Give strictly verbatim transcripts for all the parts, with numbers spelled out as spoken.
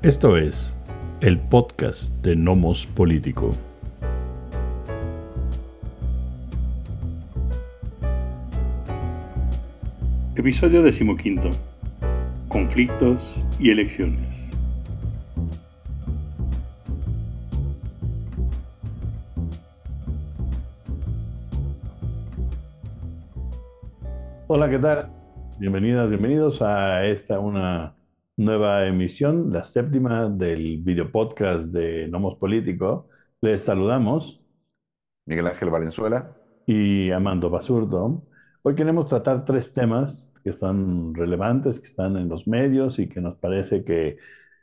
Esto es el podcast de Nomos Político. Episodio decimoquinto. Conflictos y elecciones. Hola, ¿qué tal? Bienvenidas, bienvenidos a esta una nueva emisión, la séptima del video podcast de Nomos Político. Les saludamos Miguel Ángel Valenzuela. y Amando Basurdo. Hoy queremos tratar tres temas que están relevantes, que están en los medios y que nos parece que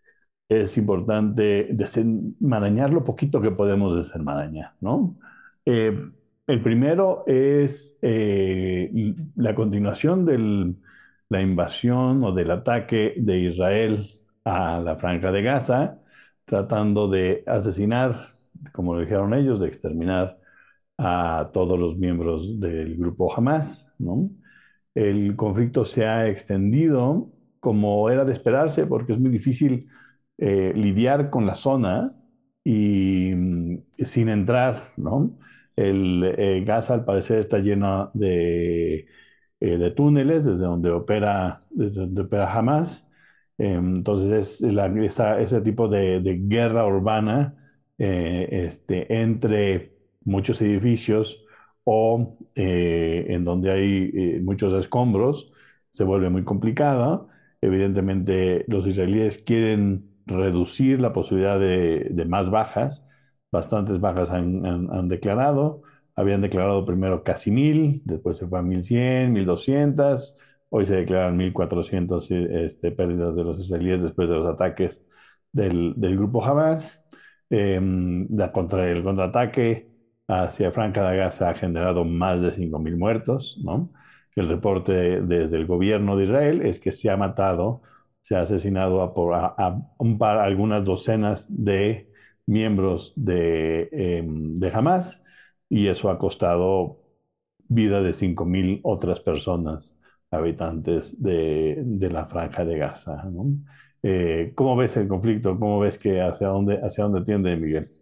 es importante desenmarañar lo poquito que podemos desenmarañar, ¿no? Eh, el primero es eh, la continuación de la invasión o del ataque de Israel a la Franja de Gaza, tratando de asesinar, como lo dijeron ellos, de exterminar a todos los miembros del grupo Hamas, ¿no? El conflicto se ha extendido como era de esperarse, porque es muy difícil eh, lidiar con la zona y mm, sin entrar, ¿no? El eh, Gaza al parecer está lleno de, eh, de túneles desde donde opera, desde donde opera Hamas. Eh, entonces es la, esta- ese tipo de, de guerra urbana eh, este, entre muchos edificios o eh, en donde hay eh, muchos escombros, se vuelve muy complicada. Evidentemente, los israelíes quieren reducir la posibilidad de, de más bajas. Bastantes bajas han, han- han declarado. Habían declarado primero casi mil, después se fue a mil cien, mil doscientas. Hoy se declaran mil cuatrocientas este, pérdidas de los israelíes después de los ataques del, del grupo Hamas. Eh, la contra, el contraataque hacia Franja de Gaza ha generado más de cinco mil muertos, ¿no? El reporte desde el gobierno de Israel es que se ha matado, se ha asesinado a, por, a, a un par, algunas docenas de miembros de, eh, de Hamas, y eso ha costado vida de cinco mil otras personas, habitantes de, de la Franja de Gaza, ¿no? Eh, ¿cómo ves el conflicto? ¿Cómo ves que hacia dónde, hacia dónde tiende, Miguel?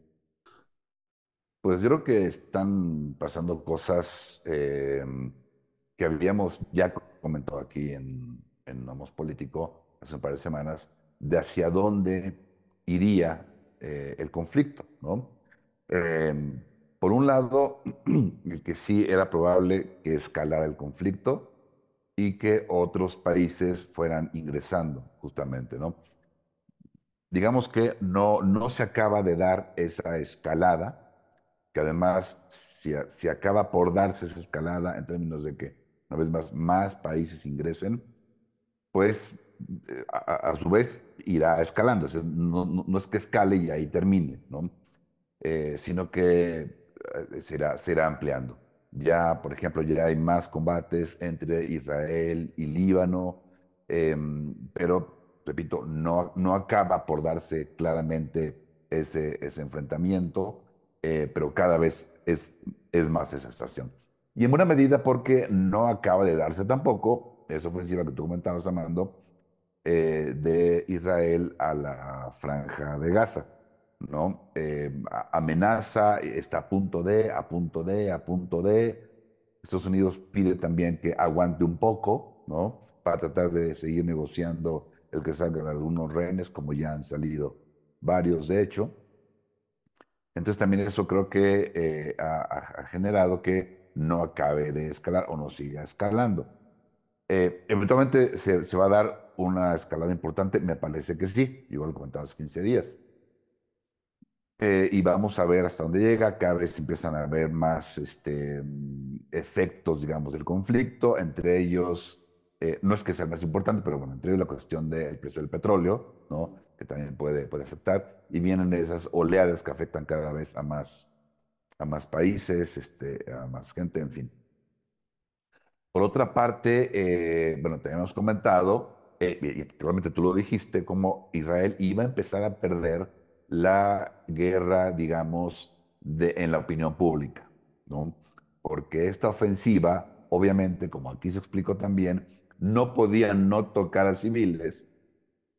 Pues yo creo que están pasando cosas eh, que habíamos ya comentado aquí en, en Homos Político hace un par de semanas, de hacia dónde iría eh, el conflicto, ¿no? Eh, por un lado, el que sí era probable que escalara el conflicto y que otros países fueran ingresando, justamente, ¿no? Digamos que no, no se acaba de dar esa escalada, que además, si, a- si acaba por darse esa escalada en términos de que, una vez más, más países ingresen, pues eh, a, a- a su vez irá escalando. O sea, no, no- no es que escale y ahí termine, ¿no? Eh, sino que eh, se irá, se irá ampliando. Ya, por ejemplo, ya hay más combates entre Israel y Líbano, em, pero, repito, no, no acaba por darse claramente ese, ese enfrentamiento, eh, pero cada vez es, es más esa situación. Y en buena medida porque no acaba de darse tampoco esa ofensiva que tú comentabas, Amando, eh, de Israel a la franja de Gaza, ¿no? Eh, a- amenaza, está a punto de, a punto de, a punto de. Estados Unidos pide también que aguante un poco, ¿no? Para tratar de seguir negociando el que salgan algunos rehenes, como ya han salido varios, de hecho. Entonces también eso creo que eh, ha, ha- ha generado que no acabe de escalar o no siga escalando. Eh, eventualmente se, se va a dar una escalada importante, me parece que sí, igual lo comentaba hace quince días. Eh, y vamos a ver hasta dónde llega. Cada vez empiezan a haber más este, mm, efectos, digamos, del conflicto. Entre ellos, eh, no es que sea el más importante, pero bueno, entre ellos la cuestión del precio del petróleo, ¿no? Que también puede, puede afectar. Y vienen esas oleadas que afectan cada vez a más, a más países, este, a más gente, en fin. Por otra parte, eh, bueno, tenemos comentado, eh, y probablemente tú lo dijiste, cómo Israel iba a empezar a perder la guerra, digamos, de, en la opinión pública, ¿no? Porque esta ofensiva, obviamente, como aquí se explicó también, no podía no tocar a civiles,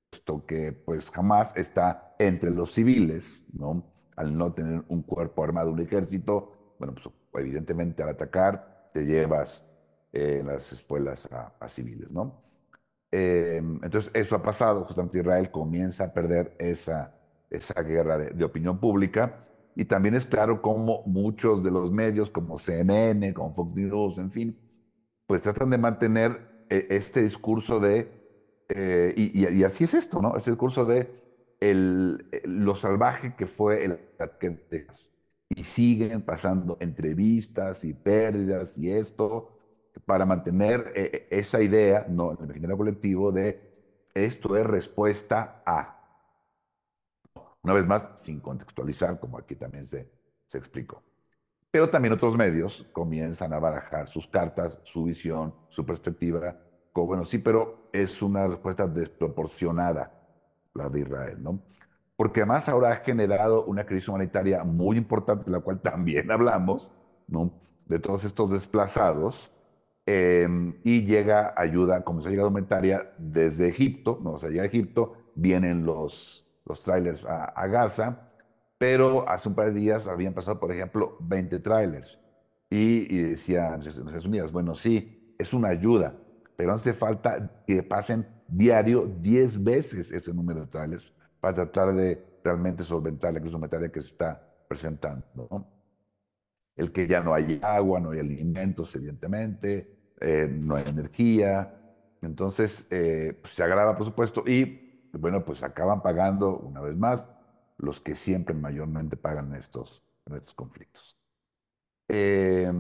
puesto que pues jamás está entre los civiles, ¿no? Al no tener un cuerpo armado, un ejército, bueno, pues evidentemente al atacar te llevas eh, las espuelas a, a civiles, ¿no? Eh, entonces, eso ha pasado, justamente Israel comienza a perder esa, esa guerra de, de opinión pública y también es claro cómo muchos de los medios, como C N N, como Fox News, en fin, pues tratan de mantener eh, este discurso de, eh, y, y- y así es esto, ¿no? Este discurso de el, el- lo salvaje que fue el ataque de Texas. Y siguen pasando entrevistas y pérdidas y esto para mantener eh, eh, esa idea, ¿no? En el imaginario colectivo de esto es respuesta a, una vez más, sin contextualizar, como aquí también se, se explicó. Pero también otros medios comienzan a barajar sus cartas, su visión, su perspectiva, como, bueno, sí, pero es una respuesta desproporcionada la de Israel, ¿no? Porque además ahora ha generado una crisis humanitaria muy importante, de la cual también hablamos, ¿no? De todos estos desplazados, eh, y llega ayuda, como se ha llegado humanitaria, desde Egipto, no, o sea, llega a Egipto, vienen los, los trailers a, a Gaza, pero hace un par de días habían pasado, por ejemplo, veinte trailers. Y, y decían Naciones Unidas, bueno, sí, es una ayuda, pero hace falta que pasen diario diez veces ese número de trailers para tratar de realmente solventar la crisis humanitaria que se está presentando, ¿no? El que ya no hay agua, no hay alimentos, evidentemente, eh, no hay energía. Entonces, eh, pues, se agrava, por supuesto, y bueno, pues acaban pagando una vez más los que siempre mayormente pagan en estos, en estos conflictos. Eh,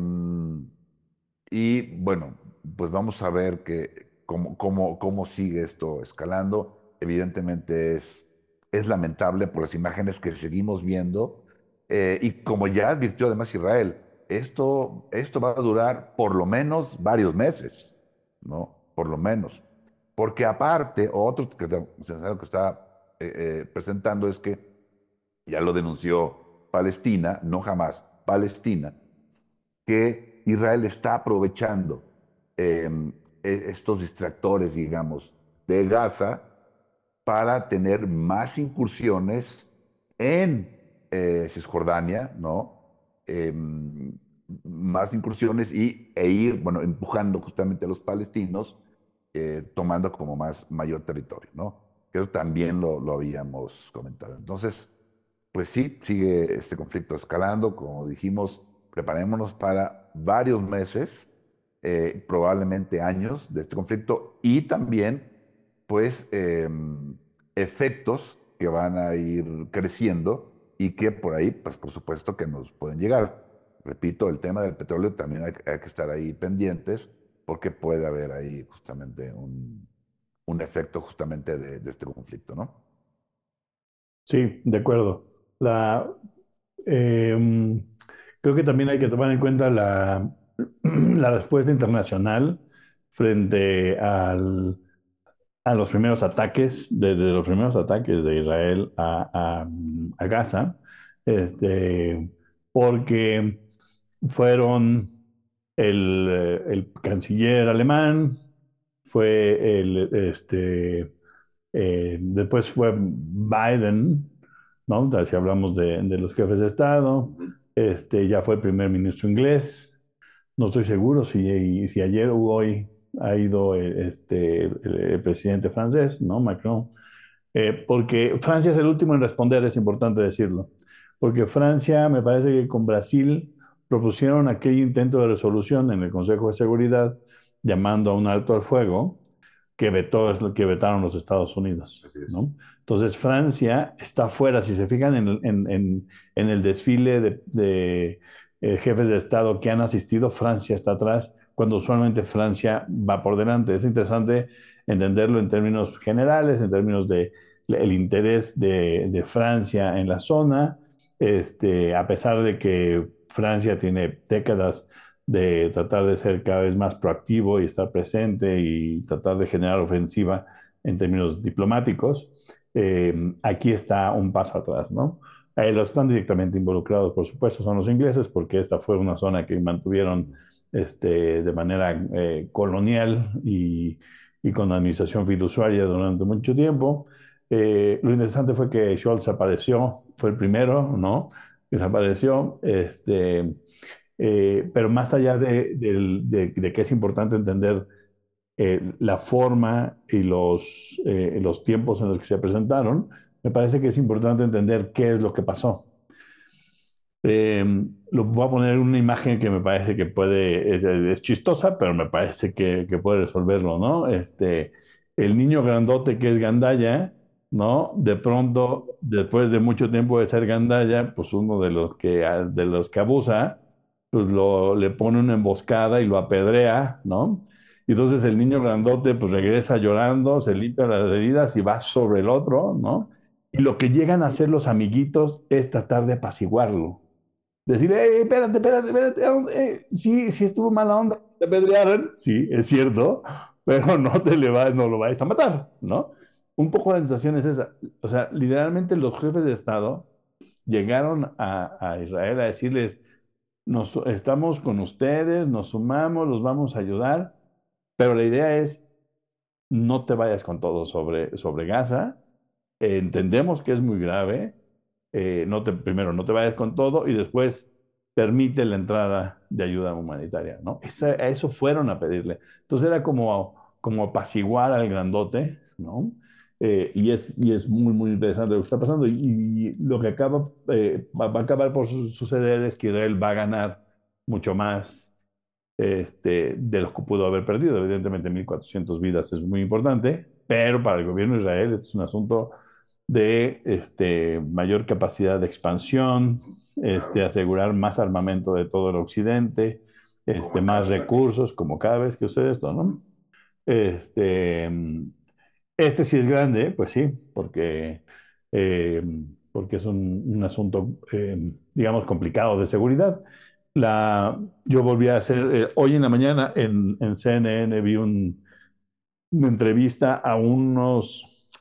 y bueno, pues vamos a ver que, cómo, cómo, cómo sigue esto escalando. Evidentemente es, es lamentable por las imágenes que seguimos viendo. Eh, y como ya advirtió además Israel, esto, esto va a durar por lo menos varios meses, ¿no? Por lo menos. Porque aparte, otro que, que está eh, eh, presentando es que ya lo denunció Palestina, no jamás, Palestina, que Israel está aprovechando eh, e- estos distractores, digamos, de Gaza para tener más incursiones en eh, Cisjordania, ¿no? Eh, más incursiones y, e ir, bueno, empujando justamente a los palestinos, eh, tomando como más mayor territorio, ¿no? Que eso también lo, lo habíamos comentado. Entonces, pues sí, sigue este conflicto escalando, como dijimos, preparémonos para varios meses, eh, probablemente años de este conflicto y también, pues, eh, efectos que van a ir creciendo y que por ahí, pues, por supuesto que nos pueden llegar. Repito, el tema del petróleo también hay, hay que estar ahí pendientes porque puede haber ahí justamente un, un efecto justamente de, de este conflicto, ¿no? Sí, de acuerdo. La, eh, creo que también hay que tomar en cuenta la, la respuesta internacional frente al, a los primeros ataques, desde los primeros ataques de Israel a, a- a Gaza, este, porque fueron el, eh, el canciller alemán, fue el, este, eh, después fue Biden, ¿no? Si hablamos de, de los jefes de Estado, este, ya fue el primer ministro inglés. No estoy seguro si, si ayer o hoy ha ido eh, este, el, el presidente francés, ¿no? Macron. Eh, porque Francia es el último en responder, es importante decirlo. Porque Francia, me parece que con Brasil propusieron aquel intento de resolución en el Consejo de Seguridad llamando a un alto al fuego que vetó, que vetaron los Estados Unidos, Así es. ¿no? Entonces Francia está fuera, si se fijan en, el- en, en- en el desfile de, de, eh, jefes de Estado que han asistido, Francia está atrás, cuando usualmente Francia va por delante. Es interesante entenderlo en términos generales, en términos de el interés de, de Francia en la zona, este, a pesar de que Francia tiene décadas de tratar de ser cada vez más proactivo y estar presente y tratar de generar ofensiva en términos diplomáticos, eh, aquí está un paso atrás, ¿no? Eh, los que están directamente involucrados, por supuesto, son los ingleses, porque esta fue una zona que mantuvieron este, de manera eh, colonial y, y con administración fiduciaria durante mucho tiempo. Eh, lo interesante fue que Scholz apareció, fue el primero, ¿no? Desapareció, este, eh, pero más allá de, del- de- de que es importante entender eh, la forma y los, eh, los tiempos en los que se presentaron, me parece que es importante entender qué es lo que pasó. Eh, lo voy a poner una imagen que me parece que puede, es, es chistosa, pero me parece que, que puede resolverlo, ¿no? Este, el niño grandote que es Gandaya, ¿no? De pronto, después de mucho tiempo de ser Gandaya, pues uno de los que, de los que abusa, pues lo, le pone una emboscada y lo apedrea, ¿no? Y entonces el niño grandote pues regresa llorando, se limpia las heridas y va sobre el otro, ¿no? Y lo que llegan a hacer los amiguitos es tratar de apaciguarlo. Decir, hey, espérate, espérate, espérate, eh, sí, sí estuvo mala onda, te apedrearon, sí, es cierto, pero no te le va, no lo vayas a matar, ¿no? Un poco la sensación es esa. O sea, literalmente los jefes de Estado llegaron a, a Israel a decirles, nos, estamos con ustedes, nos sumamos, los vamos a ayudar, pero la idea es no te vayas con todo sobre, sobre Gaza. Eh, entendemos que es muy grave. Eh, no te, primero, no te vayas con todo y después permite la entrada de ayuda humanitaria, ¿no? Esa, a eso fueron a pedirle. Entonces era como, como apaciguar al grandote, ¿no? Eh, y, es, y es muy, muy interesante lo que está pasando. Y, y lo que acaba, eh, va, va a acabar por su- suceder es que Israel va a ganar mucho más este, de los que pudo haber perdido. Evidentemente, mil cuatrocientas vidas es muy importante, pero para el gobierno de Israel esto es un asunto de este, mayor capacidad de expansión, este, Claro. asegurar más armamento de todo el occidente, este, más recursos, como cada vez que sucede esto, ¿no? Este, este sí es grande, pues sí, porque, eh, porque es un, un asunto, eh, digamos, complicado de seguridad. La, yo volví a hacer, eh, hoy en la mañana en, en C N N vi un- una entrevista a unos,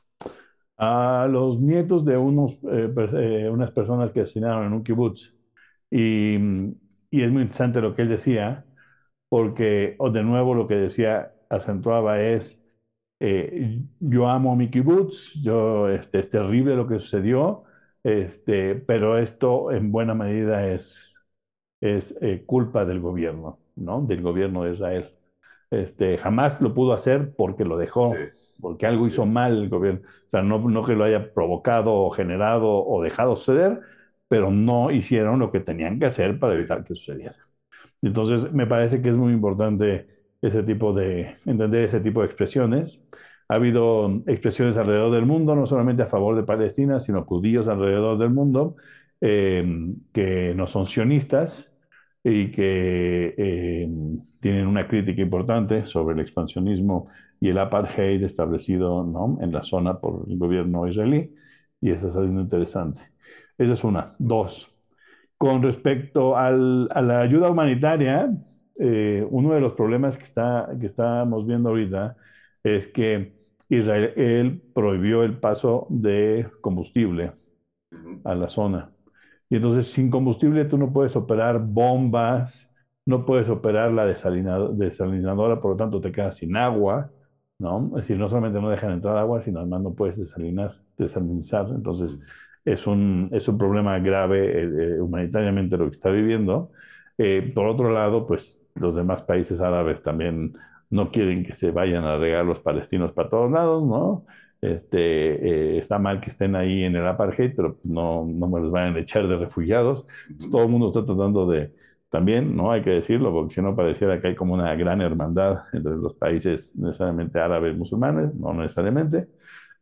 a los nietos de unos, eh, per- eh, unas personas que asesinaron en un kibutz. Y, y es muy interesante lo que él decía, porque, o de nuevo, lo que decía, acentuaba es eh, yo amo a mi kibutz, yo, este, es terrible lo que sucedió, este, pero esto en buena medida es, es eh, culpa del gobierno, ¿no? Del gobierno de Israel. Este, jamás lo pudo hacer porque lo Sí, dejó, porque algo así hizo es. mal el gobierno. O sea, no, no que lo haya provocado o generado o dejado suceder, pero no hicieron lo que tenían que hacer para Sí, evitar que sucediera. Entonces, me parece que es muy importante ese tipo de, entender ese tipo de expresiones. Ha habido expresiones alrededor del mundo, no solamente a favor de Palestina, sino judíos alrededor del mundo, eh, que no son sionistas y que eh, tienen una crítica importante sobre el expansionismo y el apartheid establecido, ¿no?, en la zona por el gobierno israelí. Y eso está siendo interesante. Esa es una. Dos. Con respecto al- a la ayuda humanitaria, eh, uno de los problemas que, está, que estamos viendo ahorita es que Israel prohibió el paso de combustible ujú, a la zona. Y entonces sin combustible tú no puedes operar bombas, no puedes operar la desalina- desalinadora, por lo tanto te quedas sin agua, ¿no? Es decir, no solamente no dejan entrar agua, sino además no puedes desalinar, desalinizar. Entonces ujú, es un, es un problema grave eh, eh, humanitariamente lo que está viviendo. Eh, por otro lado, pues los demás países árabes también no quieren que se vayan a regar los palestinos para todos lados, ¿no? Este, eh, está mal que estén ahí en el apartheid, pero pues no, no me los vayan a echar de refugiados. Entonces, ujú. todo el mundo está tratando de, también, ¿no? Hay que decirlo, porque si no pareciera que hay como una gran hermandad entre los países necesariamente árabes musulmanes, no necesariamente.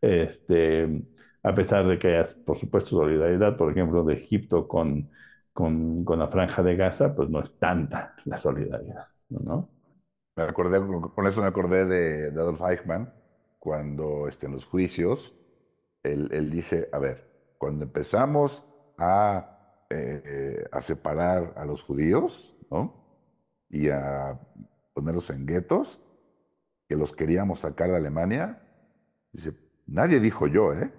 Este, a pesar de que haya, por supuesto, solidaridad, por ejemplo, de Egipto con, con, con la Franja de Gaza, pues no es tanta la solidaridad, ¿no? Me acordé, con eso me acordé de, de Adolf Eichmann, cuando este, en los juicios, él, él dice, a ver, cuando empezamos a, eh, eh, a separar a los judíos, ¿no? Y a ponerlos en guetos, que los queríamos sacar de Alemania, dice, nadie dijo yo, ¿eh?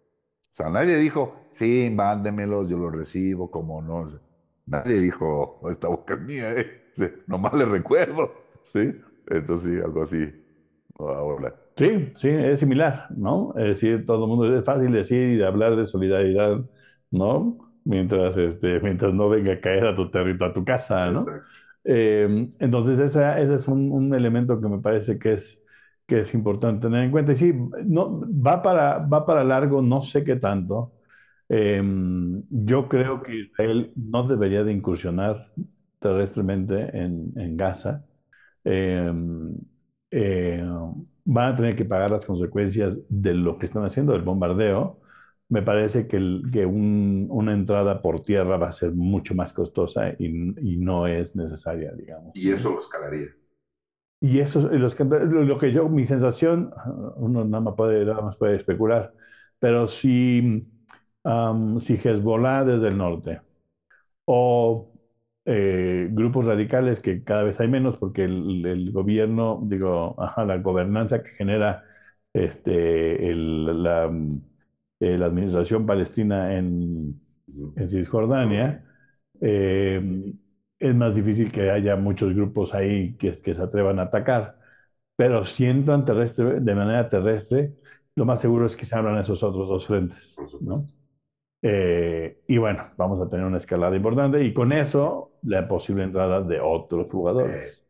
O sea, nadie dijo, sí, mándemelos, yo los recibo, como no. Nadie dijo, esta boca es mía, ¿eh? Sí, nomás le recuerdo, ¿sí? Entonces, sí, algo así ahora. Sí, sí, es similar, ¿no? Es decir, todo el mundo es fácil decir y de hablar de solidaridad, ¿no? Mientras, este, mientras no venga a caer a tu territorio, a tu casa, ¿no? Exacto. Eh, entonces, esa, ese es un, un elemento que me parece que es, que es importante tener en cuenta. Y sí, no, va para, va para largo, no sé qué tanto. Eh, yo creo que Israel no debería de incursionar terrestremente en, en Gaza. Eh, eh, Van a tener que pagar las consecuencias de lo que están haciendo, del bombardeo. Me parece que, el- que un- una entrada por tierra va a ser mucho más costosa y, y no es necesaria, digamos, Y eso ¿no? lo escalaría. Y eso es los que- lo lo que yo, mi sensación, uno nada más puede, nada más puede especular, pero si, am, si Hezbollah desde el norte o eh, grupos radicales que cada vez hay menos porque el, el gobierno, digo, ajá, la gobernanza que genera este, el- la, eh, la administración palestina en, Ujú. en Cisjordania, eh, es más difícil que haya muchos grupos ahí que, que se atrevan a atacar. Pero si entran terrestre, de manera terrestre, lo más seguro es que se abran esos otros dos frentes, Por ¿no? supuesto. Eh, y bueno, vamos a tener una escalada importante y con eso la posible entrada de otros Eh, jugadores.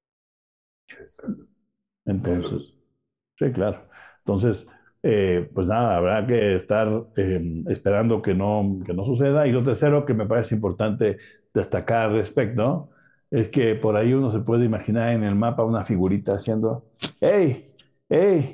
exacto. Es lo que- Entonces, sí, claro. Entonces, eh, pues nada, habrá que estar eh, esperando que no, que no suceda. Y lo tercero que me parece importante destacar al respecto es que por ahí uno se puede imaginar en el mapa una figurita haciendo, ¡Hey! ¡Hey!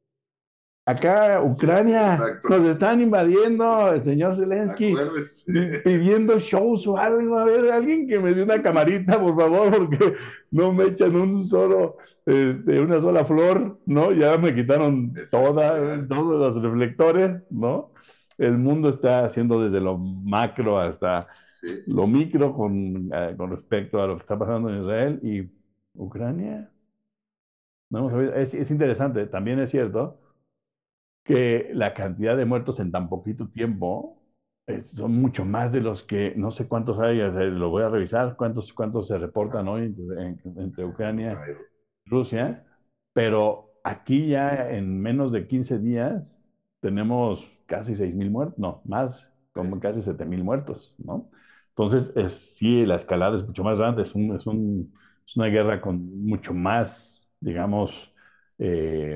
Acá, Sí, Ucrania, exacto. nos están invadiendo, el señor Zelensky, Acuérdense. pi- pidiendo shows o algo. A ver, alguien que me dé una camarita, por favor, porque no me echan un solo, este, una sola flor, ¿no? Ya me quitaron Exacto, toda, ya. todos los reflectores, ¿no? El mundo está haciendo desde lo macro hasta Sí. lo micro con, eh, con respecto a lo que está pasando en Israel y Ucrania. No hemos sabido- es, es interesante, también es cierto que la cantidad de muertos en tan poquito tiempo es- son mucho más de los que, no sé cuántos hay, o sea, lo voy a revisar, cuántos, cuántos se reportan hoy entre, en- entre Ucrania Ucrania. y Rusia, pero aquí ya en menos de quince días tenemos casi seis mil muertos, no, más, como Sí. casi siete mil muertos, ¿no? Entonces, es, sí, la escalada es mucho más grande, es, un, es, un- es una guerra con mucho más, digamos, eh,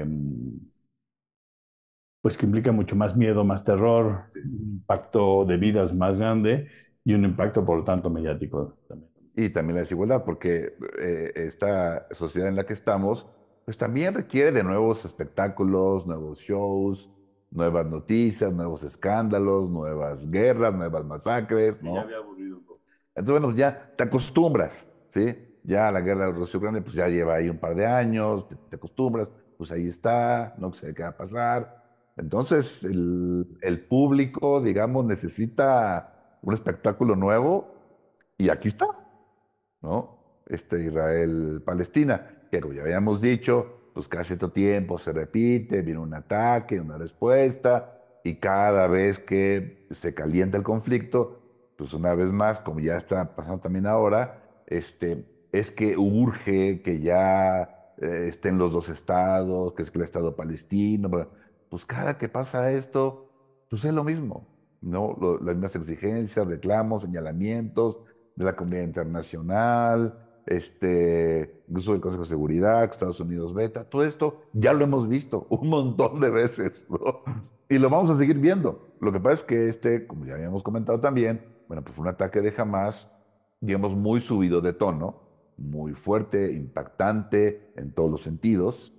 pues que implica mucho más miedo, más terror, Sí. un impacto de vidas más grande y un impacto, por lo tanto, mediático también. Y también la desigualdad, porque eh, esta sociedad en la que estamos, pues también requiere de nuevos espectáculos, nuevos shows, nuevas noticias, nuevos escándalos, nuevas guerras, nuevas masacres, Sí, ya ¿no? había aburrido un poco. Entonces, bueno, ya te acostumbras, ¿sí? Ya la guerra de Rusia-Ucrania, pues ya lleva ahí un par de años, te, te acostumbras, pues ahí está, no sé qué va a pasar. Entonces, el, el público, digamos, necesita un espectáculo nuevo y aquí está, ¿no? Este Israel-Palestina, que como ya habíamos dicho, pues cada cierto tiempo se repite, viene un ataque, una respuesta, y cada vez que se calienta el conflicto, pues una vez más, como ya está pasando también ahora, este, es que urge que ya eh, estén los dos estados, que es que el estado palestino, bla, pues cada que pasa esto, pues es lo mismo, ¿no? Lo- las mismas exigencias, reclamos, señalamientos de la comunidad internacional, este, incluso del Consejo de Seguridad, que Estados Unidos veta, todo esto ya lo hemos visto un montón de veces, ¿no? Y lo vamos a seguir viendo. Lo que pasa es que este, como ya habíamos comentado también, bueno, pues fue un ataque de Hamas, digamos, muy subido de tono, muy fuerte, impactante en todos los sentidos.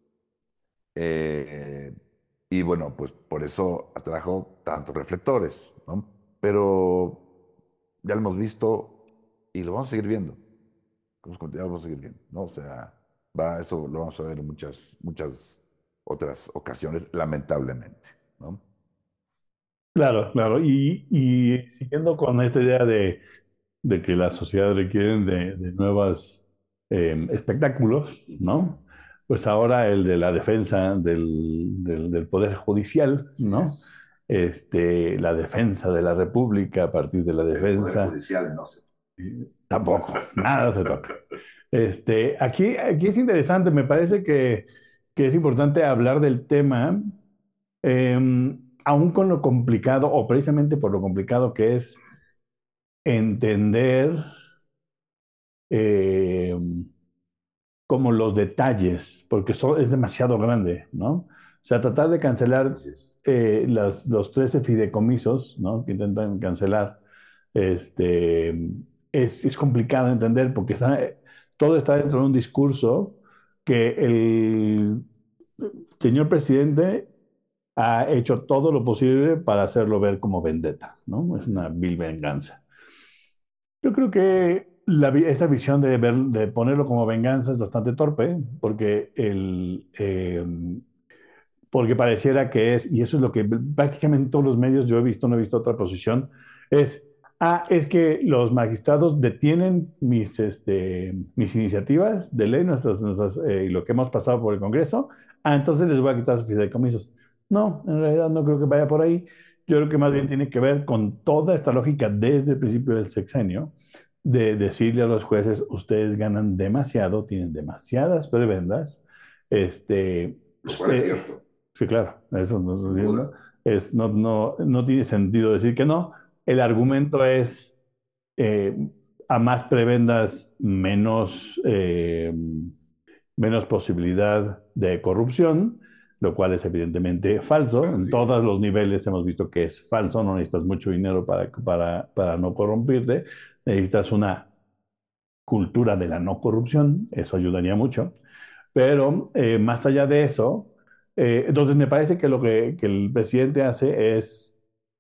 Eh, y bueno, pues por eso atrajo tantos reflectores, ¿no? Pero ya lo hemos visto y lo vamos a seguir viendo. Como os ya vamos a seguir viendo, ¿no? O sea, va, eso lo vamos a ver en muchas, muchas otras ocasiones, lamentablemente, ¿no? Claro, claro. Y, y siguiendo con esta idea de, de que la sociedad requiere de, de nuevos espectáculos, ¿no? Pues ahora el de la defensa del, del, del Poder Judicial, Así ¿no? es. Este, la defensa de la República a partir de la El Poder defensa. Judicial no se... Tampoco, nada se toca. Este, aquí, aquí es interesante, me parece que, que es importante hablar del tema, eh, aún con lo complicado, o precisamente por lo complicado que es entender eh, como los detalles, porque so- es demasiado grande, ¿no? O sea, tratar de cancelar Así es. eh, las- los trece fideicomisos, ¿no? Que intentan cancelar, este, es, es complicado de entender porque está- todo está dentro de un discurso que el señor presidente ha hecho todo lo posible para hacerlo ver como vendetta, ¿no? Es una vil venganza. Yo creo que la vi- esa visión de, ver, de ponerlo como venganza es bastante torpe, porque el, eh, porque pareciera que es, y eso es lo que prácticamente todos los medios yo he visto, no he visto otra posición, es, ah, es que los magistrados detienen mis, este, mis iniciativas de ley, nuestras, nuestras, eh, y lo que hemos pasado por el Congreso, ah, entonces les voy a quitar sus fideicomisos. No, en realidad no creo que vaya por ahí. Yo creo que más bien tiene que ver con toda esta lógica desde el principio del sexenio, de decirle a los jueces, ustedes ganan demasiado, tienen demasiadas prebendas, este, Lo cual es usted, cierto, sí, claro, eso no, sin duda. no, es, no, no, no tiene sentido decir que no. El argumento es eh, a más prebendas, menos, eh, menos posibilidad de corrupción, lo cual es evidentemente falso. En Así todos es. los niveles hemos visto que es falso, no necesitas mucho dinero para, para, para no corrompirte, necesitas una cultura de la no corrupción, eso ayudaría mucho. Pero eh, más allá de eso, eh, entonces me parece que lo que, que el presidente hace es,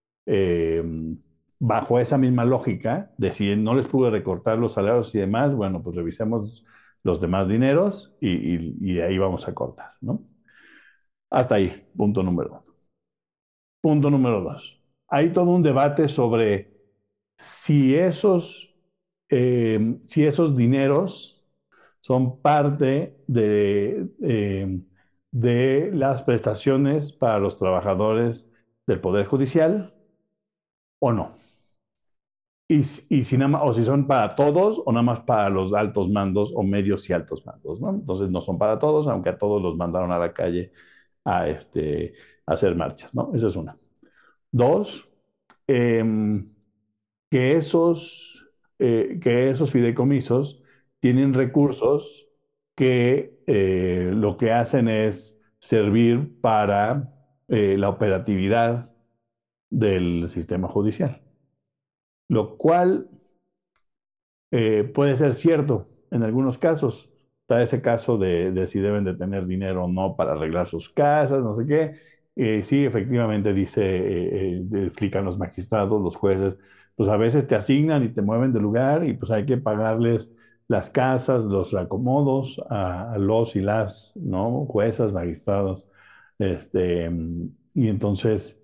eh, bajo esa misma lógica, de si no les pude recortar los salarios y demás, bueno, pues revisemos los demás dineros y, y, y ahí vamos a cortar, ¿no? Hasta ahí, punto número uno. Punto número dos. Hay todo un debate sobre si esos, eh, si esos dineros son parte de, eh, de las prestaciones para los trabajadores del Poder Judicial o no. Y, si- y si nada más, o si son para todos o nada más para los altos mandos o medios y altos mandos, ¿no? Entonces no son para todos, aunque a todos los mandaron a la calle a, este, a hacer marchas, ¿no? Esa es una. Dos, em, que esos, eh, que esos fideicomisos tienen recursos que eh, lo que hacen es servir para eh, la operatividad del sistema judicial, lo cual eh, puede ser cierto en algunos casos. Está ese caso de, de si deben de tener dinero o no para arreglar sus casas, no sé qué. Eh, sí, efectivamente, dice, eh, eh, explican los magistrados, los jueces, pues a veces te asignan y te mueven de lugar y pues hay que pagarles las casas, los acomodos a, a los y las, ¿no? Juezas, magistrados, este, y entonces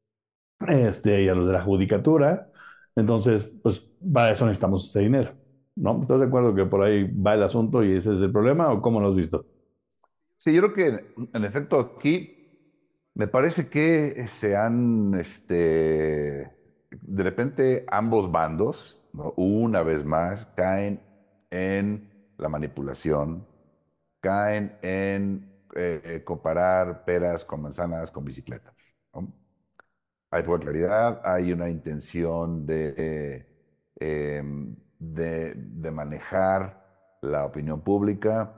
este, y a los de la judicatura. Entonces, pues para eso necesitamos ese dinero, ¿no? ¿Estás de acuerdo que por ahí va el asunto y ese es el problema o cómo lo has visto? Sí, yo creo que en efecto aquí me parece que se han, este, de repente ambos bandos, ¿no? Una vez más, caen en la manipulación, caen en eh, eh, comparar peras con manzanas con bicicletas, ¿no? Hay poca claridad, hay una intención de, eh, em, de, de manejar la opinión pública.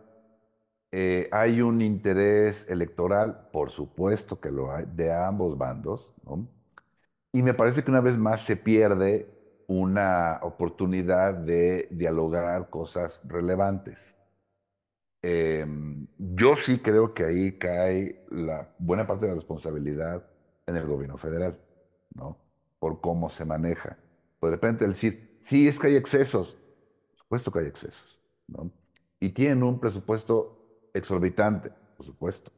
Eh, hay un interés electoral, por supuesto que lo hay, de ambos bandos, ¿no? Y me parece que una vez más se pierde una oportunidad de dialogar cosas relevantes. Eh, yo sí creo que ahí cae la buena parte de la responsabilidad en el gobierno federal, ¿no? Por cómo se maneja. Pues de repente decir, sí, es que hay excesos. Por supuesto que hay excesos, ¿no? Y tienen un presupuesto exorbitante, por supuesto.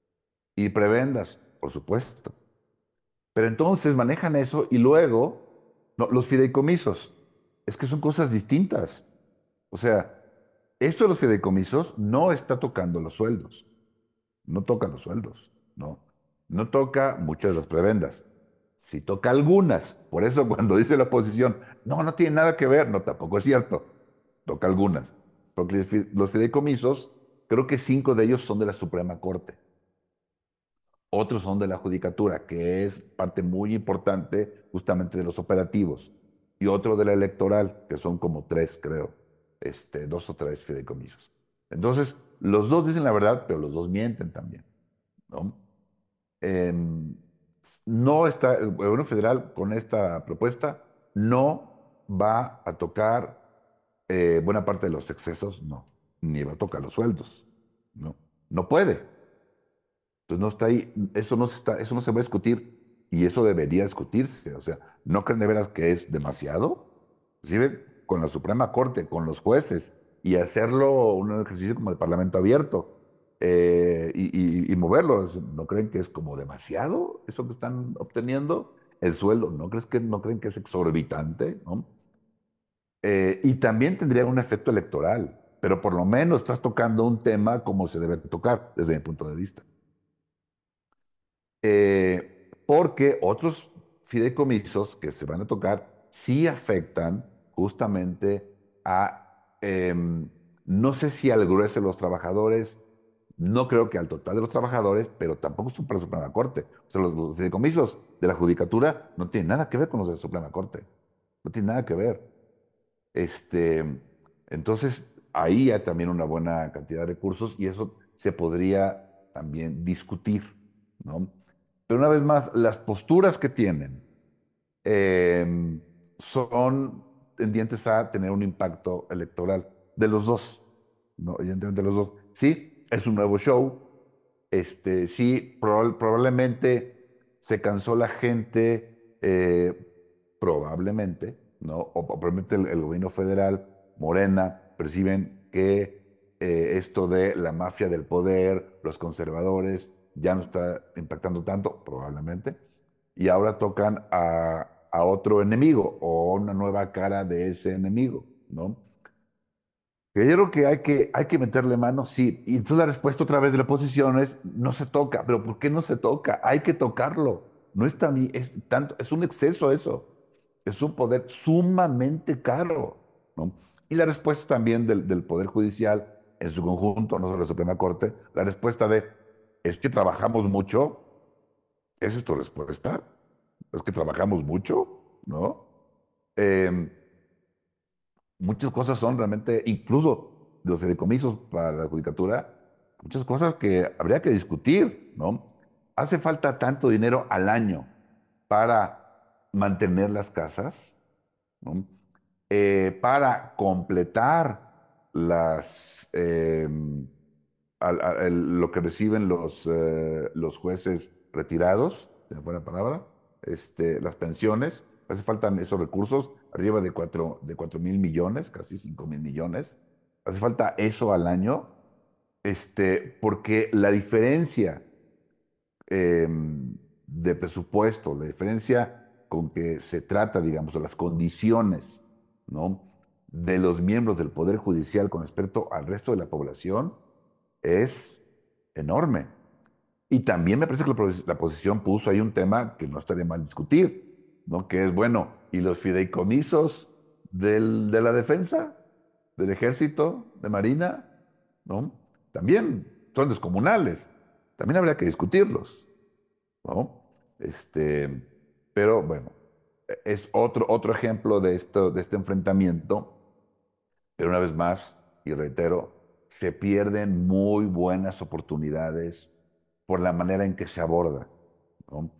Y prebendas, por supuesto. Pero entonces manejan eso y luego, no, los fideicomisos. Es que son cosas distintas. O sea, esto de los fideicomisos no está tocando los sueldos. No toca los sueldos, no. No toca muchas de las prebendas. Sí toca algunas. Por eso cuando dice la oposición, no, no tiene nada que ver, no, tampoco es cierto. Toca algunas. Porque los fi- los fideicomisos creo que cinco de ellos son de la Suprema Corte. Otros son de la Judicatura, que es parte muy importante justamente de los operativos. Y otro de la Electoral, que son como tres, creo. Este, dos o tres fideicomisos. Entonces, los dos dicen la verdad, pero los dos mienten también, ¿no? Em, no está, el gobierno federal con esta propuesta no va a tocar eh, buena parte de los excesos, no, ni va a tocar los sueldos, no, no puede. Entonces no está ahí, eso no se está, eso no se va a discutir y eso debería discutirse. O sea, ¿no creen de veras que es demasiado? Inclusive con la Suprema Corte, con los jueces, y hacerlo un ejercicio como de parlamento abierto eh, y, y- y moverlo. ¿No creen que es como demasiado eso que están obteniendo? El sueldo, ¿no crees que no creen que es exorbitante? ¿No? Eh, y también tendría un efecto electoral, pero por lo menos estás tocando un tema como se debe tocar desde mi punto de vista. Eh, porque otros fideicomisos que se van a tocar sí afectan justamente a, em, no sé si al grueso de los trabajadores, no creo que al total de los trabajadores, pero tampoco son para la Suprema Corte. O sea, los, los fideicomisos de la Judicatura no tienen nada que ver con los de la Suprema Corte. No tienen nada que ver. Este, entonces, ahí hay también una buena cantidad de recursos y eso se podría también discutir, ¿no? Pero una vez más, las posturas que tienen eh, son tendientes a tener un impacto electoral de los dos, ¿no? Evidentemente de los dos. Sí, es un nuevo show, este, sí, proba- probablemente se cansó la gente, eh, probablemente, ¿no? O, o probablemente el, el gobierno federal, Morena, perciben que eh, esto de la mafia del poder, los conservadores, ya no está impactando tanto, probablemente, y ahora tocan a, a otro enemigo o una nueva cara de ese enemigo, ¿no? Que yo creo que hay que, hay que meterle mano, sí. Y entonces la respuesta otra vez de la oposición es, no se toca. ¿Pero por qué no se toca? Hay que tocarlo. No es tan, es tanto, es un exceso eso. Es un poder sumamente caro, ¿no? Y la respuesta también del, del Poder Judicial en su conjunto, no solo la Suprema Corte, la respuesta de, es que trabajamos mucho. ¿Esa es tu respuesta? ¿Es que trabajamos mucho? ¿No? Em, Muchas cosas son realmente, incluso los fideicomisos para la judicatura, muchas cosas que habría que discutir, ¿no? Hace falta tanto dinero al año para mantener las casas, ¿no? Eh, para completar las, eh, al- al- el- lo que reciben los, eh, los jueces retirados, se me fue la palabra, este, las pensiones, hace falta esos recursos, arriba de cuatro, de cuatro mil millones, casi cinco mil millones, hace falta eso al año, este, porque la diferencia eh, de presupuesto, la diferencia con que se trata, digamos, de las condiciones, ¿no? de los miembros del Poder Judicial con respecto al resto de la población es enorme. Y también me parece que la, la oposición puso ahí un tema que no estaría mal discutir, ¿no? Que es, bueno, ¿y los fideicomisos del- de la defensa, del ejército, de marina? ¿No? También son descomunales. También habría que discutirlos, ¿no? Este, pero bueno, es otro, otro ejemplo de esto, de este enfrentamiento, pero una vez más, y reitero, se pierden muy buenas oportunidades por la manera en que se aborda, ¿no?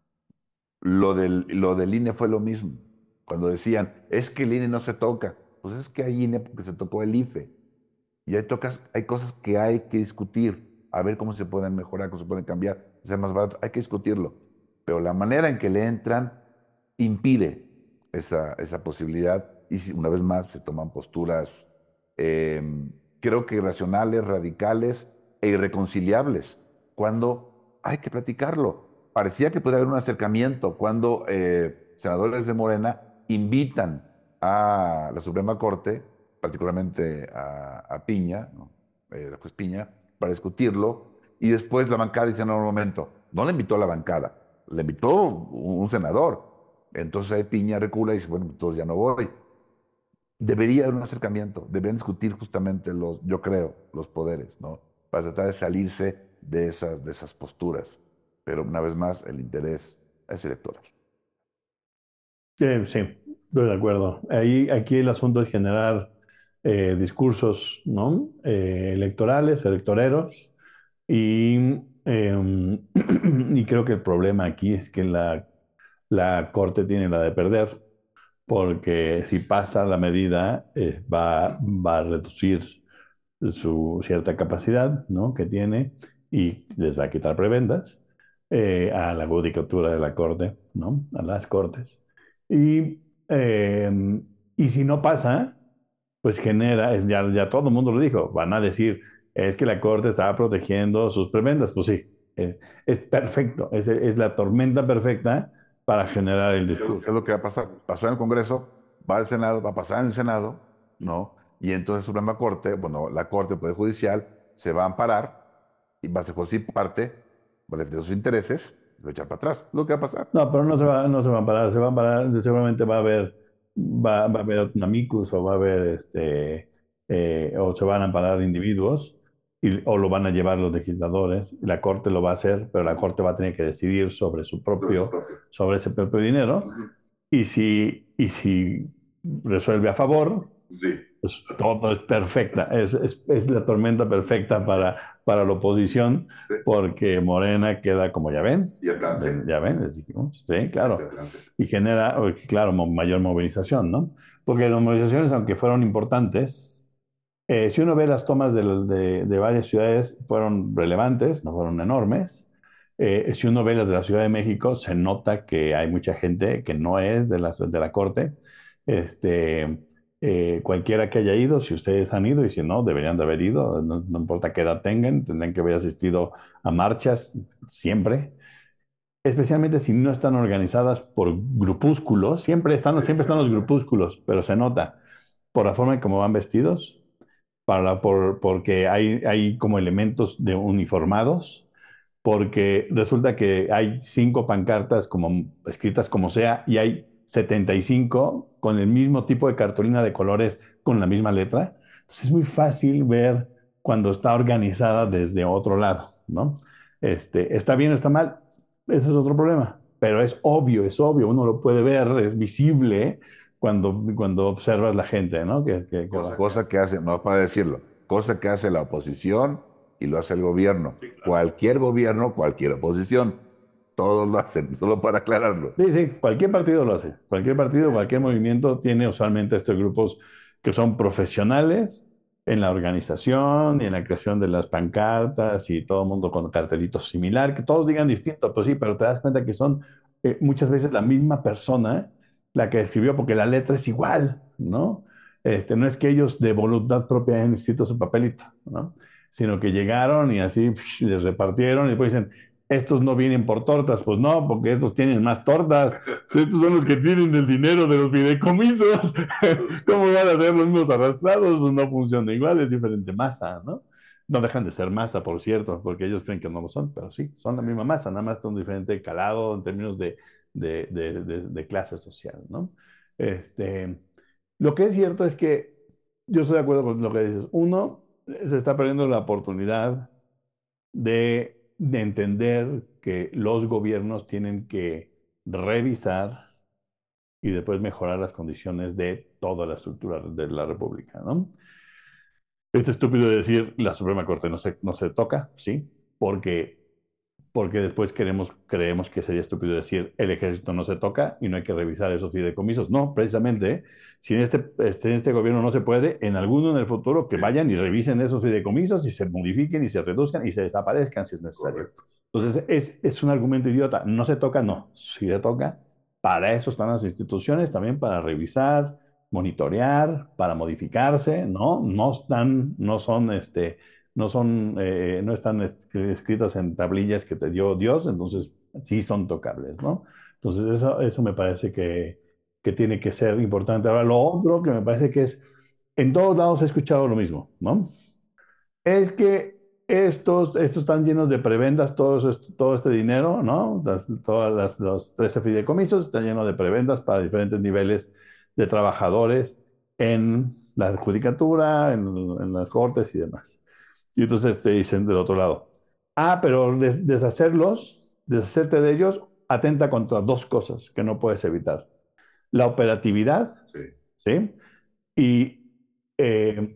Lo del, lo del I N E fue lo mismo. Cuando decían, es que el I N E no se toca, pues es que hay I N E porque se tocó el I F E. Y hay, tocas, hay cosas que hay que discutir, a ver cómo se pueden mejorar, cómo se pueden cambiar, ser más barato, hay que discutirlo. Pero la manera en que le entran impide esa, esa posibilidad y si- una vez más se toman posturas, eh, creo que irracionales, radicales e irreconciliables, cuando hay que platicarlo. Parecía que puede haber un acercamiento cuando eh, senadores de Morena invitan a la Suprema Corte, particularmente a, a Piña, ¿no? Eh, la juez Piña, para discutirlo, y después la bancada dice, no, un momento, no le invitó a la bancada, le invitó un, un senador. Entonces ahí Piña recula y dice, bueno, entonces ya no voy. debería haber un acercamiento, deberían discutir justamente los, yo creo, los poderes, ¿no? Para tratar de salirse de esas, de esas posturas. Pero una vez más, el interés es electoral. Sí, sí, estoy de acuerdo. Ahí, aquí el asunto es generar eh, discursos, ¿no? Eh, electorales, electoreros, y, eh, y creo que el problema aquí es que la, la Corte tiene la de perder, Así porque si es. pasa la medida, eh, va, va a reducir su cierta capacidad, ¿no? que tiene y les va a quitar prebendas eh, a la judicatura de la Corte, ¿no? a las Cortes. Y, eh, y si no pasa, pues genera, es- ya, ya todo el mundo lo dijo, van a decir, es que la Corte estaba protegiendo sus prebendas. Pues sí, eh, es perfecto, es, es la tormenta perfecta para generar el Es lo, es discurso. lo que va a pasar. Pasó en el Congreso, va al Senado, va a pasar en el Senado, ¿no? Y entonces Suprema Corte, bueno, la Corte, el Poder Judicial, se va a amparar y va a ser por sí parte, va a defender sus intereses, y lo va a echar para atrás. Es lo que va a pasar. No, pero no se va, no se van a parar, se van a parar, seguramente va a haber, va, va a haber un amicus o va a haber, este, eh, o se van a parar individuos y, o lo van a llevar los legisladores. Y la Corte lo va a hacer, pero la Corte va a tener que decidir sobre su Sobre su propio, propio. sobre ese propio dinero. Ujú. Y si, y si resuelve a favor, Sí. pues todo es perfecta, es, es, es la tormenta perfecta para, para la oposición, Sí. porque Morena queda como ya ven, Y el plan C. ya ven, les dijimos, sí, Este claro, plan C. y genera, claro, mo- mayor movilización, ¿no? Porque las movilizaciones, aunque fueron importantes, eh, si uno ve las tomas de, de- de varias ciudades, fueron relevantes, no fueron enormes. Eh, si uno ve las de la Ciudad de México, se nota que hay mucha gente que no es de la, de la corte. Este, eh, cualquiera que haya ido, si ustedes han ido y si no, deberían de haber ido, no, no importa qué edad tengan, tendrán que haber asistido a marchas siempre, especialmente si no están organizadas por grupúsculos. Siempre están, Sí, siempre se están los nota. grupúsculos, pero se nota por la forma en cómo van vestidos, para la- por, porque hay, hay como elementos de uniformados, porque resulta que hay cinco pancartas como escritas como sea y hay setenta y cinco con el mismo tipo de cartulina de colores con la misma letra. Entonces es muy fácil ver cuando está organizada desde otro lado, ¿no? Este, ¿está bien o está mal? Ese es otro problema, pero es obvio, es obvio, uno lo puede ver, es visible cuando, cuando observas la gente, ¿no? Que, que, que Cosa, va. cosa que hace, no para decirlo, cosa que hace la oposición y lo hace el gobierno. Sí, claro. Cualquier gobierno, cualquier oposición. Todos lo hacen, solo para aclararlo. Sí, sí, cualquier partido lo hace. Cualquier partido, cualquier movimiento tiene usualmente estos grupos que son profesionales en la organización y en la creación de las pancartas y todo el mundo con cartelitos similar, que todos digan distinto, pues sí, pero te das cuenta que son eh, muchas veces la misma persona la que escribió, porque la letra es igual, ¿no? Este, no es que ellos de voluntad propia hayan escrito su papelito, ¿no? Sino que llegaron y así psh, les repartieron y después dicen, estos no vienen por tortas, pues no, porque estos tienen más tortas. Estos son los que tienen el dinero de los fideicomisos. ¿Cómo van a ser los mismos arrastrados? Pues no funciona igual, es diferente masa, ¿no? No dejan de ser masa, por cierto, porque ellos creen que no lo son, pero sí, son la misma masa, nada más con un diferente calado en términos de, de, de, de, de clase social, ¿no? Este, lo que es cierto es que yo estoy de acuerdo con lo que dices. Uno, se está perdiendo la oportunidad de, de entender que los gobiernos tienen que revisar y después mejorar las condiciones de toda la estructura de la República, ¿no? Es estúpido decir la Suprema Corte no se, no se toca, sí, porque porque después queremos, creemos que sería estúpido decir el ejército no se toca y no hay que revisar esos fideicomisos. No, precisamente, si en este, este, en este gobierno no se puede, en alguno en el futuro que Sí, vayan y revisen esos fideicomisos y se modifiquen y se reduzcan y se desaparezcan si es necesario. correcto. Entonces, es, es un argumento idiota. No se toca, no. Si se toca, para eso están las instituciones, también para revisar, monitorear, para modificarse, ¿no? No están, no son este, no son, eh, no están escritas en tablillas que te dio Dios, entonces sí son tocables, ¿no? Entonces eso, eso me parece que, que tiene que ser importante. Ahora, lo otro que me parece que es, en todos lados he escuchado lo mismo, ¿no? Es que estos, estos están llenos de prebendas, todo, eso, todo este dinero, ¿no? Las, todas las, los trece fideicomisos están llenos de prebendas para diferentes niveles de trabajadores en la judicatura, en, en las cortes y demás. Y entonces te dicen del otro lado, ah, pero des- deshacerlos, deshacerte de ellos, atenta contra dos cosas que no puedes evitar. La operatividad, Sí, ¿sí? Y, eh,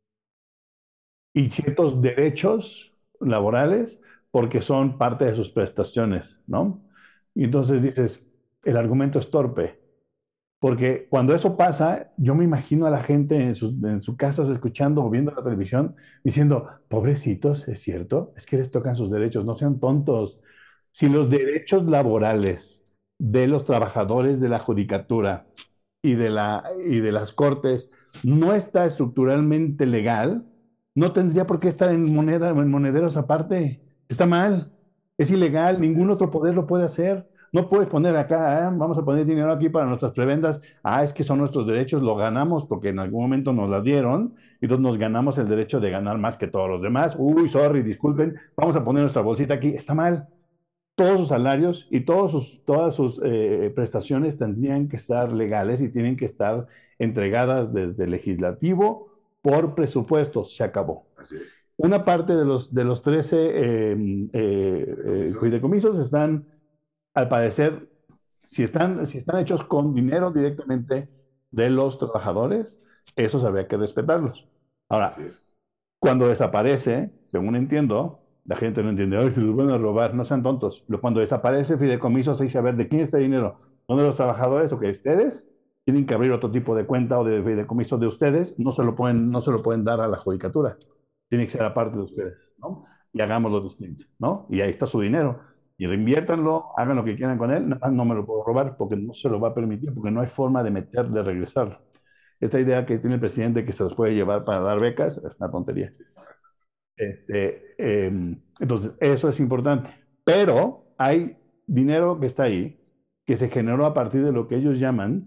y ciertos derechos laborales porque son parte de sus prestaciones, ¿no? Y entonces dices, el argumento es torpe. Porque cuando eso pasa, yo me imagino a la gente en sus, en sus casas escuchando o viendo la televisión diciendo, pobrecitos, es cierto, es que les tocan sus derechos, no sean tontos. Si los derechos laborales de los trabajadores de la judicatura y de, la, y de las cortes no está estructuralmente legal, no tendría por qué estar en, moneda, en monederos aparte. Está mal, es ilegal, ningún otro poder lo puede hacer. No puedes poner acá, ¿eh? Vamos a poner dinero aquí para nuestras prebendas. Ah, es que son nuestros derechos, lo ganamos porque en algún momento nos la dieron y entonces nos ganamos el derecho de ganar más que todos los demás. Uy, sorry, disculpen, vamos a poner nuestra bolsita aquí. Está mal. Todos sus salarios y todos sus, todas sus eh, prestaciones tendrían que estar legales y tienen que estar entregadas desde el legislativo por presupuesto. Se acabó. así es. Una parte de los, de los trece eh, eh, eh, Fideicomisos. fideicomisos están al parecer, si están, si están hechos con dinero directamente de los trabajadores, esos habría que respetarlos. Así Ahora, es. cuando desaparece, según entiendo, la gente no entiende, ay, se los van a robar, no sean tontos. Lo- Cuando desaparece fideicomisos, hay que saber de quién está el dinero. ¿Son de los trabajadores o que ustedes tienen que abrir otro tipo de cuenta o de fideicomiso de ustedes? No se lo pueden, no se lo pueden dar a la judicatura. Tiene que ser aparte de ustedes, ¿no? Y hagámoslo distinto, ¿no? Y ahí está su dinero. Y reinviértanlo, hagan lo que quieran con él. No, no me lo puedo robar porque no se lo va a permitir, porque no hay forma de meter, de regresarlo. Esta idea que tiene el presidente que se los puede llevar para dar becas es una tontería. Este, eh, entonces, eso es importante. Pero hay dinero que está ahí, que se generó a partir de lo que ellos llaman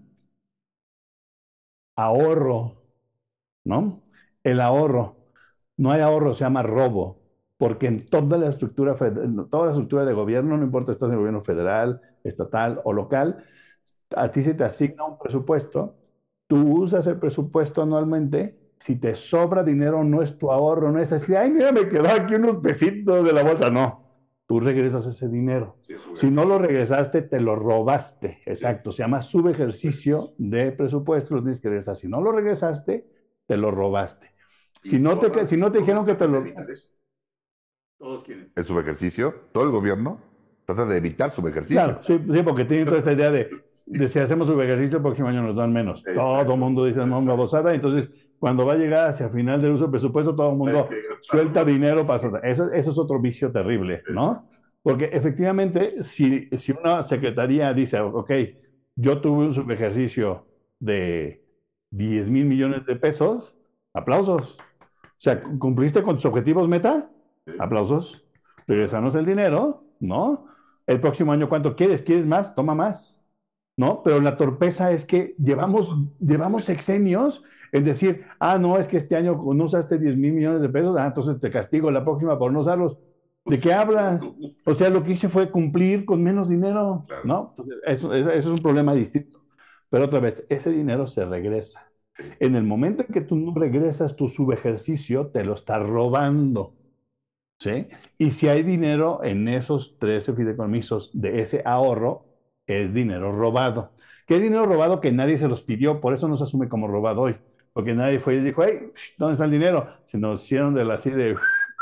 ahorro, ¿no? El ahorro. No hay ahorro, se llama robo, porque en toda la estructura, fed- toda la estructura de gobierno, no importa si estás en el gobierno federal, estatal o local, a ti se te asigna un presupuesto, tú usas el presupuesto anualmente, si te sobra dinero no es tu ahorro, no es así, ay, mira, me quedó aquí unos pesitos de la bolsa, no. Tú regresas ese dinero. Sí, es un Si no lo ejercicio. regresaste, te lo robaste. Sí. Exacto. Se llama subejercicio de presupuesto. Lo tienes que regresar. Si no lo regresaste, te lo robaste. Si Y no te, todas, si no te todos dijeron que te tratan de lo... evitar eso. Todos quieren. El subejercicio, todo el gobierno trata de evitar Claro, subejercicio. sí, sí, porque tienen toda esta idea de, de si hacemos subejercicio, el próximo año nos dan menos. Todo el Exacto, mundo dice una exacto. babosada, entonces cuando va a llegar hacia final del uso del presupuesto, todo el Hay mundo que suelta gastarlo. dinero para soltar. Eso, eso es otro vicio terrible, ¿no? Exacto. Porque efectivamente, si, si una secretaría dice, ok, yo tuve un subejercicio de diez mil millones de pesos, aplausos. O Sí, sea, ¿cumpliste con tus objetivos meta? sí, Aplausos. claro. Regresanos el dinero, ¿no? El próximo año, ¿cuánto quieres? ¿Quieres más? Toma más, ¿no? Pero la torpeza es que llevamos, llevamos sexenios en decir, ah, no, es que este año no usaste diez mil millones de pesos, ah, entonces te castigo la próxima por no usarlos. ¿De qué hablas? O sea, lo que hice fue cumplir con menos dinero, Claro. ¿no? Entonces, eso, eso es un problema distinto. Pero otra vez, ese dinero se regresa. Sí. En el momento en que tú no regresas tu subejercicio, te lo está robando. ¿Sí? Y si hay dinero en esos trece fideicomisos de ese ahorro, es dinero robado. ¿Qué es dinero robado que nadie se los pidió? Por eso no se asume como robado hoy. Porque nadie fue y dijo, hey, ¿dónde está el dinero? Se nos hicieron de la así de,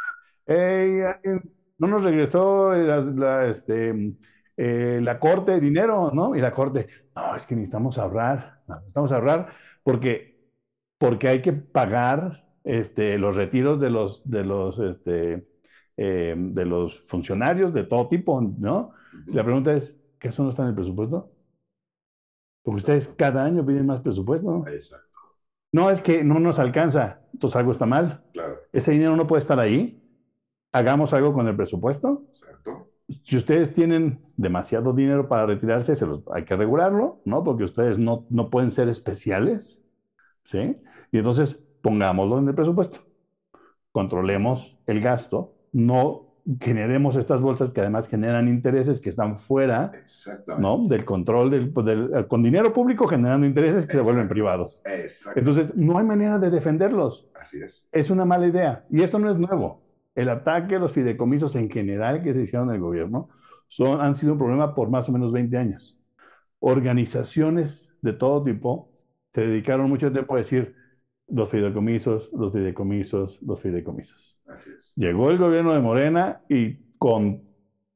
hey, no nos regresó la, la, este, eh, la corte de dinero, ¿no? Y la corte, no, es que necesitamos ahorrar, necesitamos ahorrar porque, porque hay que pagar este, los retiros de los, de los, este, eh, de los funcionarios de todo tipo, ¿no? Y la Ujú. pregunta es, ¿qué eso no está en el presupuesto? Porque ustedes Exacto. cada año piden más presupuesto. Exacto. No, es que no nos alcanza, entonces algo está mal. Claro. Ese dinero no puede estar ahí. Hagamos algo con el presupuesto. Exacto. Si ustedes tienen demasiado dinero para retirarse, se los, hay que regularlo, ¿no? Porque ustedes no, no pueden ser especiales, ¿sí? Y entonces pongámoslo en el presupuesto. Controlemos el gasto, no generemos estas bolsas que además generan intereses que están fuera, Exactamente. ¿no? Del control del, pues, del- con dinero público generando intereses que se vuelven Exacto. privados. Exactamente. Entonces, no hay manera de defenderlos. Así es. Es una mala idea. Y esto no es nuevo. El ataque a los fideicomisos en general que se hicieron en el gobierno son, han sido un problema por más o menos veinte años. Organizaciones de todo tipo se dedicaron mucho tiempo a decir los fideicomisos, los fideicomisos, los fideicomisos. Así es. Llegó el gobierno de Morena y con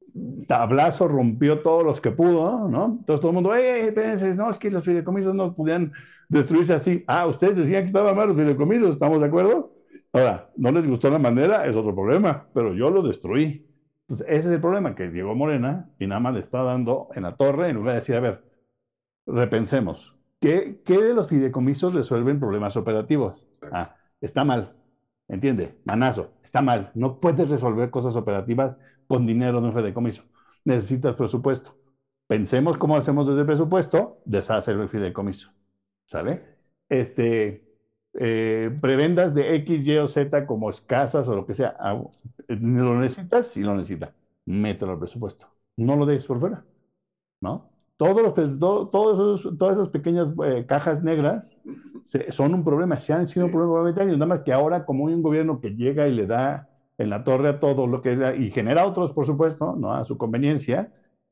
tablazo rompió todos los que pudo, ¿no? Entonces todo el mundo, ¡eh, espérense! No, es que los fideicomisos no podían destruirse así. Ah, ustedes decían que estaban mal los fideicomisos, ¿estamos de acuerdo? Ahora, no les gustó la manera, es otro problema, pero yo los destruí. Entonces, ese es el problema, que llegó Morena y nada más le está dando en la torre en lugar de decir, a ver, repensemos. ¿Qué, qué de los fideicomisos resuelven problemas operativos? Ah, está mal. ¿Entiende? Manazo, está mal. No puedes resolver cosas operativas con dinero de un fideicomiso. Necesitas presupuesto. Pensemos cómo hacemos desde el presupuesto, deshacer el fideicomiso. ¿Sale? Este, eh, prebendas de X, Y o Z como escasas o lo que sea. Ah, ¿lo necesitas? Sí lo necesitas. Mételo al presupuesto. No lo dejes por fuera. ¿No? Todos los, pues, todo- todos esos- todas esas pequeñas eh, cajas negras se- son un problema, se han sido un Sí. problema por veinte años, nada más que ahora como hay un gobierno que llega y le da en la torre a todo lo que da, y genera otros, por supuesto, ¿no? A su conveniencia,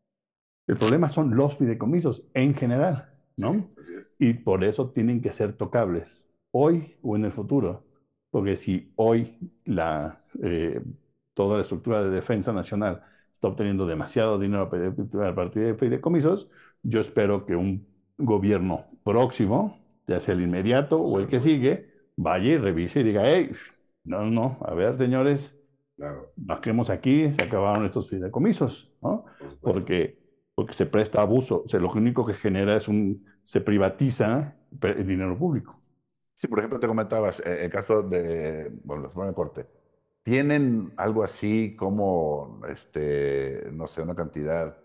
el problema son los fideicomisos en general, Sí, ¿no? así es. Y por eso tienen que ser tocables, hoy o en el futuro, porque si hoy la, eh, toda la estructura de defensa nacional está obteniendo demasiado dinero a partir de fideicomisos, yo espero que un gobierno próximo, ya sea el inmediato o el que sigue, vaya y revise y diga, hey, no, no, a ver, señores, Claro, bajemos aquí, se acabaron estos fideicomisos, ¿no? por supuesto. Porque, porque se presta abuso. O sea, lo único que genera es un, se privatiza el dinero público. Sí, por ejemplo, te comentabas, eh, el caso de, bueno, la Suprema Corte. ¿Tienen algo así como, este, no sé, una cantidad,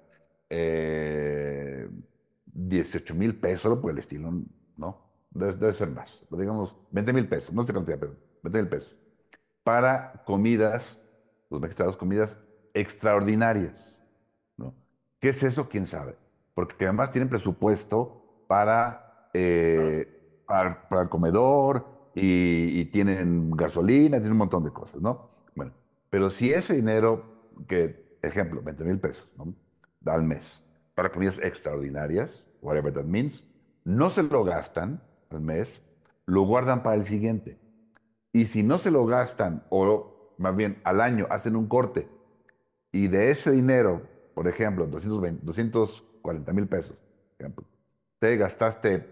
eh, dieciocho mil pesos por el estilo? ¿No? Debe, debe ser más, digamos, veinte mil pesos, no sé cantidad, pero veinte mil pesos. Para comidas, los magistrados, comidas extraordinarias, ¿no? ¿Qué es eso? ¿Quién sabe? Porque además tienen presupuesto para, eh, para, para el comedor y, y tienen gasolina, tienen un montón de cosas, ¿no? Bueno, pero si ese dinero, que, ejemplo, veinte mil pesos, ¿no? Al mes, para comidas extraordinarias, whatever that means, no se lo gastan al mes, lo guardan para el siguiente. Y si no se lo gastan, o más bien al año hacen un corte, y de ese dinero, por ejemplo, doscientos veinte, doscientos cuarenta mil pesos, por ejemplo, te gastaste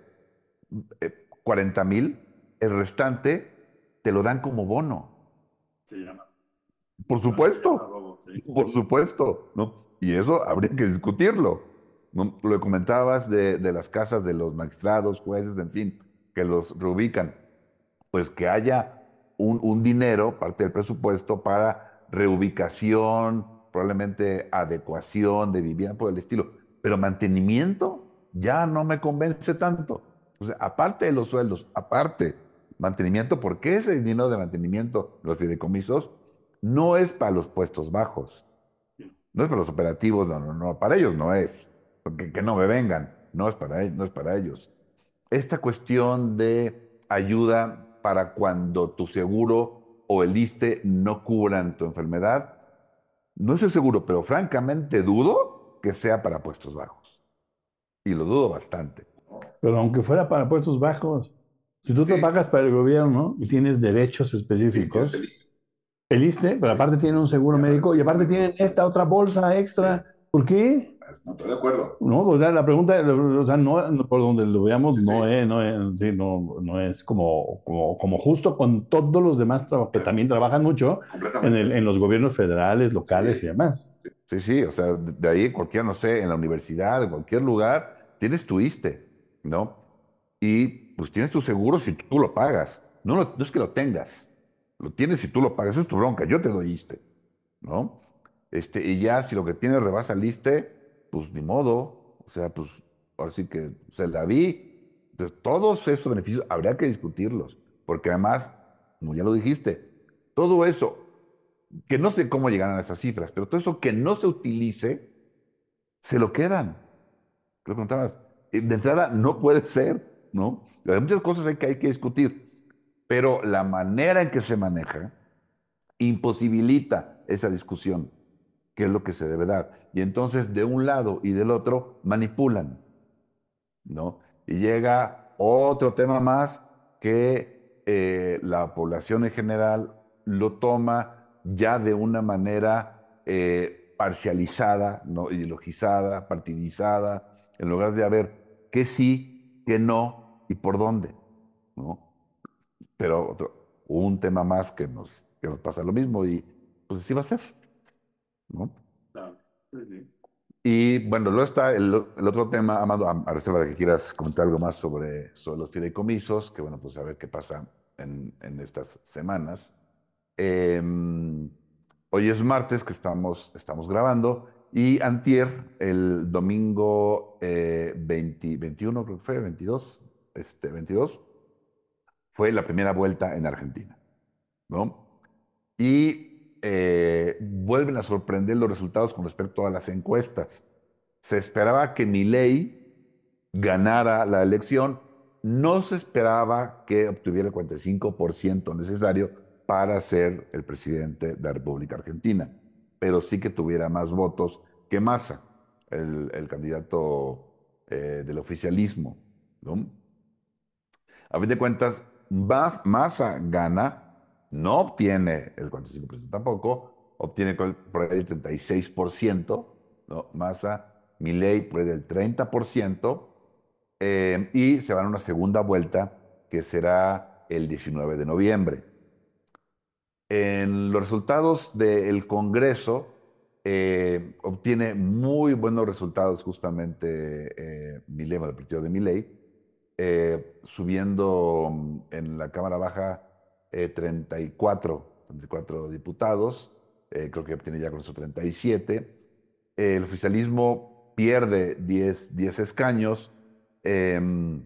eh, cuarenta mil, el restante te lo dan como bono. Se llama, Por se llama supuesto, robo, sí. por supuesto, ¿no? Y eso habría que discutirlo, ¿no? Lo que comentabas de, de las casas de los magistrados, jueces, en fin, que los reubican, pues que haya un, un dinero, parte del presupuesto, para reubicación, probablemente adecuación de vivienda por el estilo. Pero mantenimiento ya no me convence tanto. O sea, aparte de los sueldos, aparte, mantenimiento, porque ese dinero de mantenimiento, los fideicomisos, no es para los puestos bajos, no es para los operativos, no, no, no, para ellos no es, porque que no me vengan, no es para, e- no es para ellos. Esta cuestión de ayuda para cuando tu seguro o el ISSSTE no cubran tu enfermedad, no estoy seguro, pero francamente dudo que sea para puestos bajos. Y lo dudo bastante. Pero aunque fuera para puestos bajos, si tú Sí, trabajas para el gobierno y tienes derechos sí, tienes el específicos, ISSSTE. el ISSSTE, pero Sí, aparte tienen un y seguro aparte el médico y seguro aparte tienen médico. esta otra bolsa Sí, extra. ¿Por qué? no estoy de acuerdo. No, o sea, la pregunta, o sea, no, no- por donde lo veamos, Sí, no sí, es, no es, sí, no, no es como, como, como justo con todos los demás traba- que también trabajan mucho en el, completamente. en los gobiernos federales, locales y Sí, demás. sí, sí, o sea, de de ahí cualquier, no sé, en la universidad, en cualquier lugar, tienes tu ISSSTE, ¿no? Y pues tienes tu seguro si tú lo pagas. No, lo- no es que lo tengas, lo tienes si tú lo pagas, esa es tu bronca, yo te doy ISSSTE, ¿no? Este, y ya si lo que tienes rebasa el ISSSTE, pues ni modo, o sea, pues ahora sí que se la vi. Entonces, todos esos beneficios habría que discutirlos, porque además, como ya lo dijiste, todo eso que no sé cómo llegarán a esas cifras, pero todo eso que no se utilice, se lo quedan. Lo contabas. Eh, De entrada, no puede ser, ¿no? Hay muchas cosas hay que, hay que discutir, pero la manera en que se maneja imposibilita esa discusión, que es lo que se debe dar. Y entonces, de un lado y del otro, manipulan, ¿no? Y llega otro tema más que eh, la población en general lo toma ya de una manera eh, parcializada, ¿no? Ideologizada, partidizada, en lugar de a ver qué sí, qué no y por dónde, ¿no? Pero otro, un tema más que nos, que nos pasa lo mismo y pues así va a ser, ¿no? Claro. Sí, sí. Y bueno, luego está el, el otro tema, Amado, a, a reserva de que quieras comentar algo más sobre, sobre los fideicomisos, que bueno, pues a ver qué pasa en, en estas semanas. Eh, Hoy es martes que estamos, estamos grabando y antier, el domingo eh, veinte, veintiuno, creo que fue, veintidós, este, veintidós, fue la primera vuelta en Argentina, ¿no? Y eh, vuelven a sorprender los resultados con respecto a las encuestas. Se esperaba que Milei ganara la elección, no se esperaba que obtuviera el cuarenta y cinco por ciento necesario para ser el presidente de la República Argentina, pero sí que tuviera más votos que Massa, el, el candidato eh, del oficialismo, ¿no? A fin de cuentas, más, Massa gana, no obtiene el cuarenta y cinco por ciento tampoco, obtiene por por ahí el treinta y seis por ciento, ¿no? Massa, Milei por ahí del treinta por ciento, eh, y se van a una segunda vuelta que será el diecinueve de noviembre. En los resultados del Congreso, eh, obtiene muy buenos resultados justamente eh, Milei, el partido de Milei, eh, subiendo mm, en la Cámara Baja eh, treinta y cuatro, treinta y cuatro diputados, eh, creo que obtiene ya con eso treinta y siete. Eh, el oficialismo pierde diez, diez escaños. em,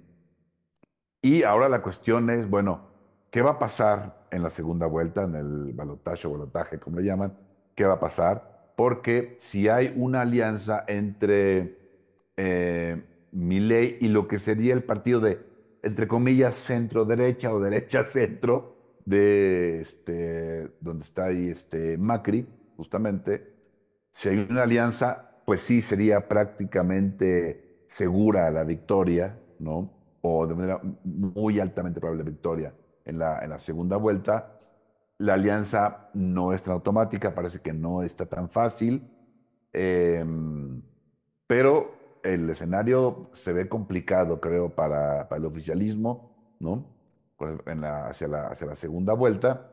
y ahora la cuestión es, bueno, ¿qué va a pasar en la segunda vuelta, en el balotaje o balotaje, como le llaman? ¿Qué va a pasar? Porque si hay una alianza entre eh, Milei y lo que sería el partido de, entre comillas, centro-derecha o derecha-centro, de este, donde está ahí este, Macri, justamente, si hay una alianza, pues sí sería prácticamente segura la victoria, ¿no? O de manera muy altamente probable victoria en la, en la segunda vuelta. La alianza no es tan automática, parece que no está tan fácil, eh, pero el escenario se ve complicado, creo, para, para el oficialismo, ¿no? Con- En la, hacia la, hacia la segunda vuelta.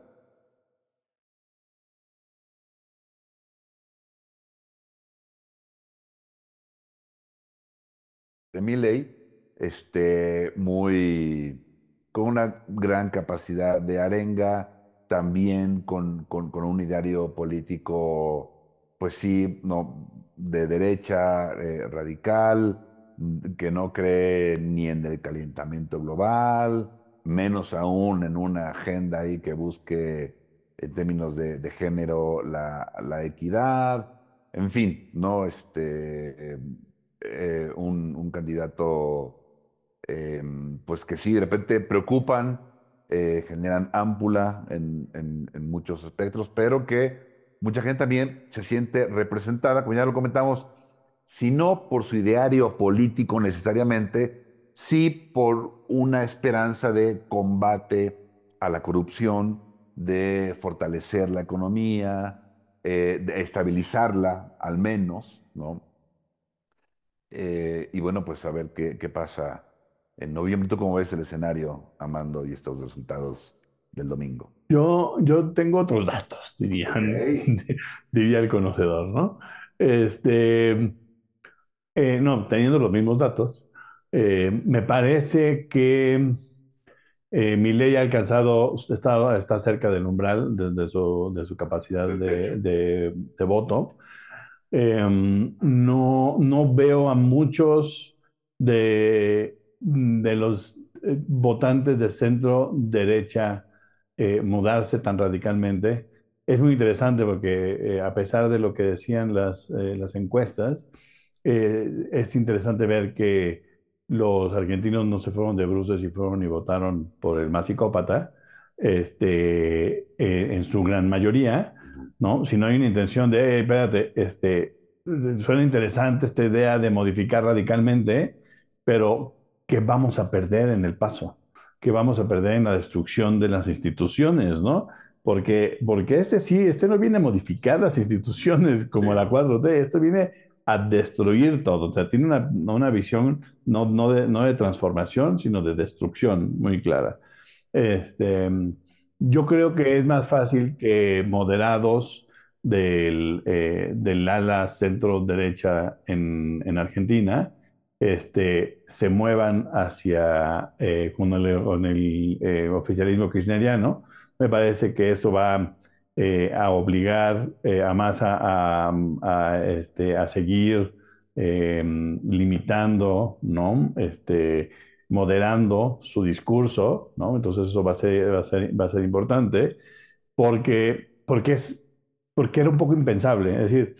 De Milei, este, muy, con una gran capacidad de arenga, también con, con- con un ideario político, pues sí, no, de derecha, eh, radical, mm, que no cree ni en el calentamiento global, menos aún en una agenda ahí que busque, en términos de, de género, la, la equidad, en fin, no, este, eh, un, un candidato, eh, pues que sí, de repente preocupan, eh, generan ámpula en, en- en muchos espectros, pero que mucha gente también se siente representada, como ya lo comentamos, si no por su ideario político necesariamente, sí por una esperanza de combate a la corrupción, de fortalecer la economía, eh, de estabilizarla al menos, ¿no? Eh, y bueno, pues a ver qué, qué pasa en noviembre. ¿Tú cómo ves el escenario, Amando, y estos resultados del domingo? Yo, yo tengo otros datos, Ok. dirían, diría el conocedor, ¿no? Este, eh, no, teniendo los mismos datos, eh, me parece que eh, Milei ha alcanzado, está, está cerca del umbral de, de su, de su capacidad Del de, techo. de- de voto. Eh, no, no veo a muchos de, de los eh, votantes de centro derecha eh, mudarse tan radicalmente. es muy interesante porque eh, a pesar de lo que decían las, eh, las encuestas, eh, es interesante ver que los argentinos no se fueron de bruces y fueron y votaron por el más psicópata, este, eh, en su gran mayoría, ¿no? Si no hay una intención de, "Hey, espérate, este, suena interesante esta idea de modificar radicalmente, pero ¿qué vamos a perder en el paso? ¿Qué vamos a perder en la destrucción de las instituciones, ¿no? Porque, porque este sí, este no viene a modificar las instituciones como Sí. la cuatro T, esto viene a destruir todo. O sea, tiene una, una visión no, no, de, no de transformación, sino de destrucción muy clara. Este, yo creo que es más fácil que moderados del, eh, del ala centro derecha en, en Argentina este, se muevan hacia eh, con el, con el eh, oficialismo kirchneriano. Me parece que eso va eh, a obligar eh, a Massa a, a, este, a seguir eh, limitando, ¿no? Este, moderando su discurso, ¿no? Entonces eso va a ser, va a ser, va a ser importante porque, porque, es, porque era un poco impensable. Es decir,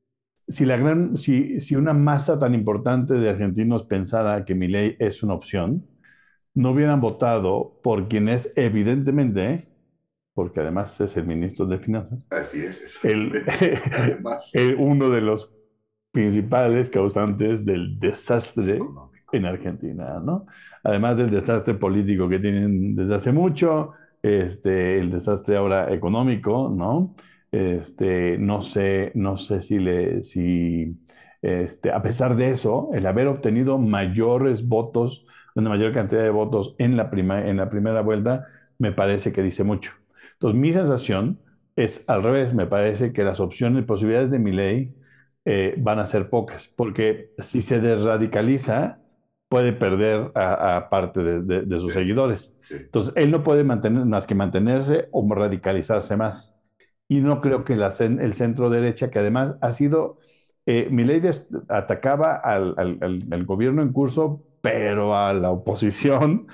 si, la gran, si, si una masa tan importante de argentinos pensara que Milei es una opción, no hubieran votado por quien es evidentemente, porque además es el ministro de Finanzas, Así es, el, exactamente. Además, el- uno de los principales causantes del desastre económico. en Argentina, ¿no? Además del desastre político que tienen desde hace mucho, este, el desastre ahora económico, ¿no? Este, no sé, no sé si le, si, este, a pesar de eso, el haber obtenido mayores votos, una mayor cantidad de votos en la prima- en la primera vuelta, me parece que dice mucho. Entonces, mi sensación es al revés, me parece que las opciones, posibilidades de Milei eh, van a ser pocas, porque si se desradicaliza, puede perder a, a parte de, de, de, sus Sí, seguidores. sí, Entonces, él no puede mantener más que mantenerse o radicalizarse más. Y no creo que la, el centro derecha, que además ha sido, eh, Milei atacaba al, al, al, al, gobierno en curso, pero a la oposición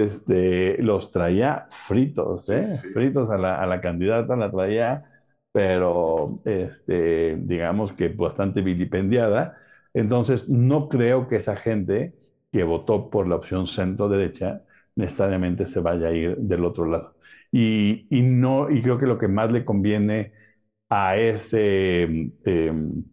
este, los traía fritos, sí, ¿eh? sí. Fritos a la, a la candidata, la traía pero este, digamos que bastante vilipendiada. Entonces, no creo que esa gente que votó por la opción centro-derecha necesariamente se vaya a ir del otro lado. Y, y, no, y creo que lo que más le conviene a ese, eh,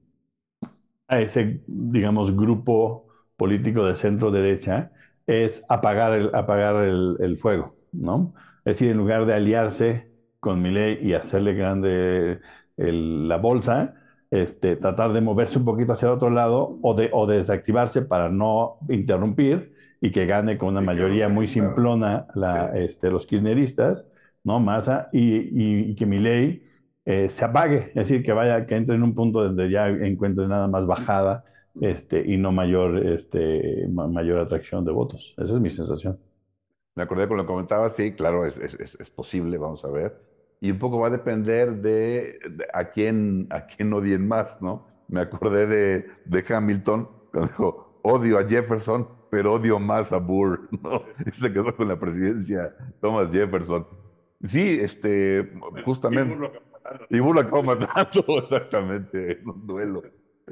a ese, digamos, grupo político de centro derecha es apagar el, apagar el, el fuego, ¿no? Es decir, en lugar de aliarse con Milei y hacerle grande el, la bolsa, este, tratar de moverse un poquito hacia el otro lado o, de, o de desactivarse para no interrumpir y que gane con una Y que los mayoría muy deje, claro. simplona Sí, la, este, los kirchneristas, ¿no? Massa, y, y, y que Milei eh, se apague, es decir, que vaya, que entre en un punto donde ya encuentre nada más bajada este, y no mayor, este, ma- mayor atracción de votos. Esa es mi sensación. me acordé con lo que comentaba, sí, claro, es, es, es- es posible, vamos a ver. Y un poco va a depender de, de a quién, a quién odien más, ¿no? Me acordé de, de Hamilton, cuando dijo, odio a Jefferson, pero odio más a Burr, ¿no? Y se quedó con la presidencia Thomas Jefferson. Sí, este, justamente. Y Burr lo acabó matando, exactamente, en un duelo.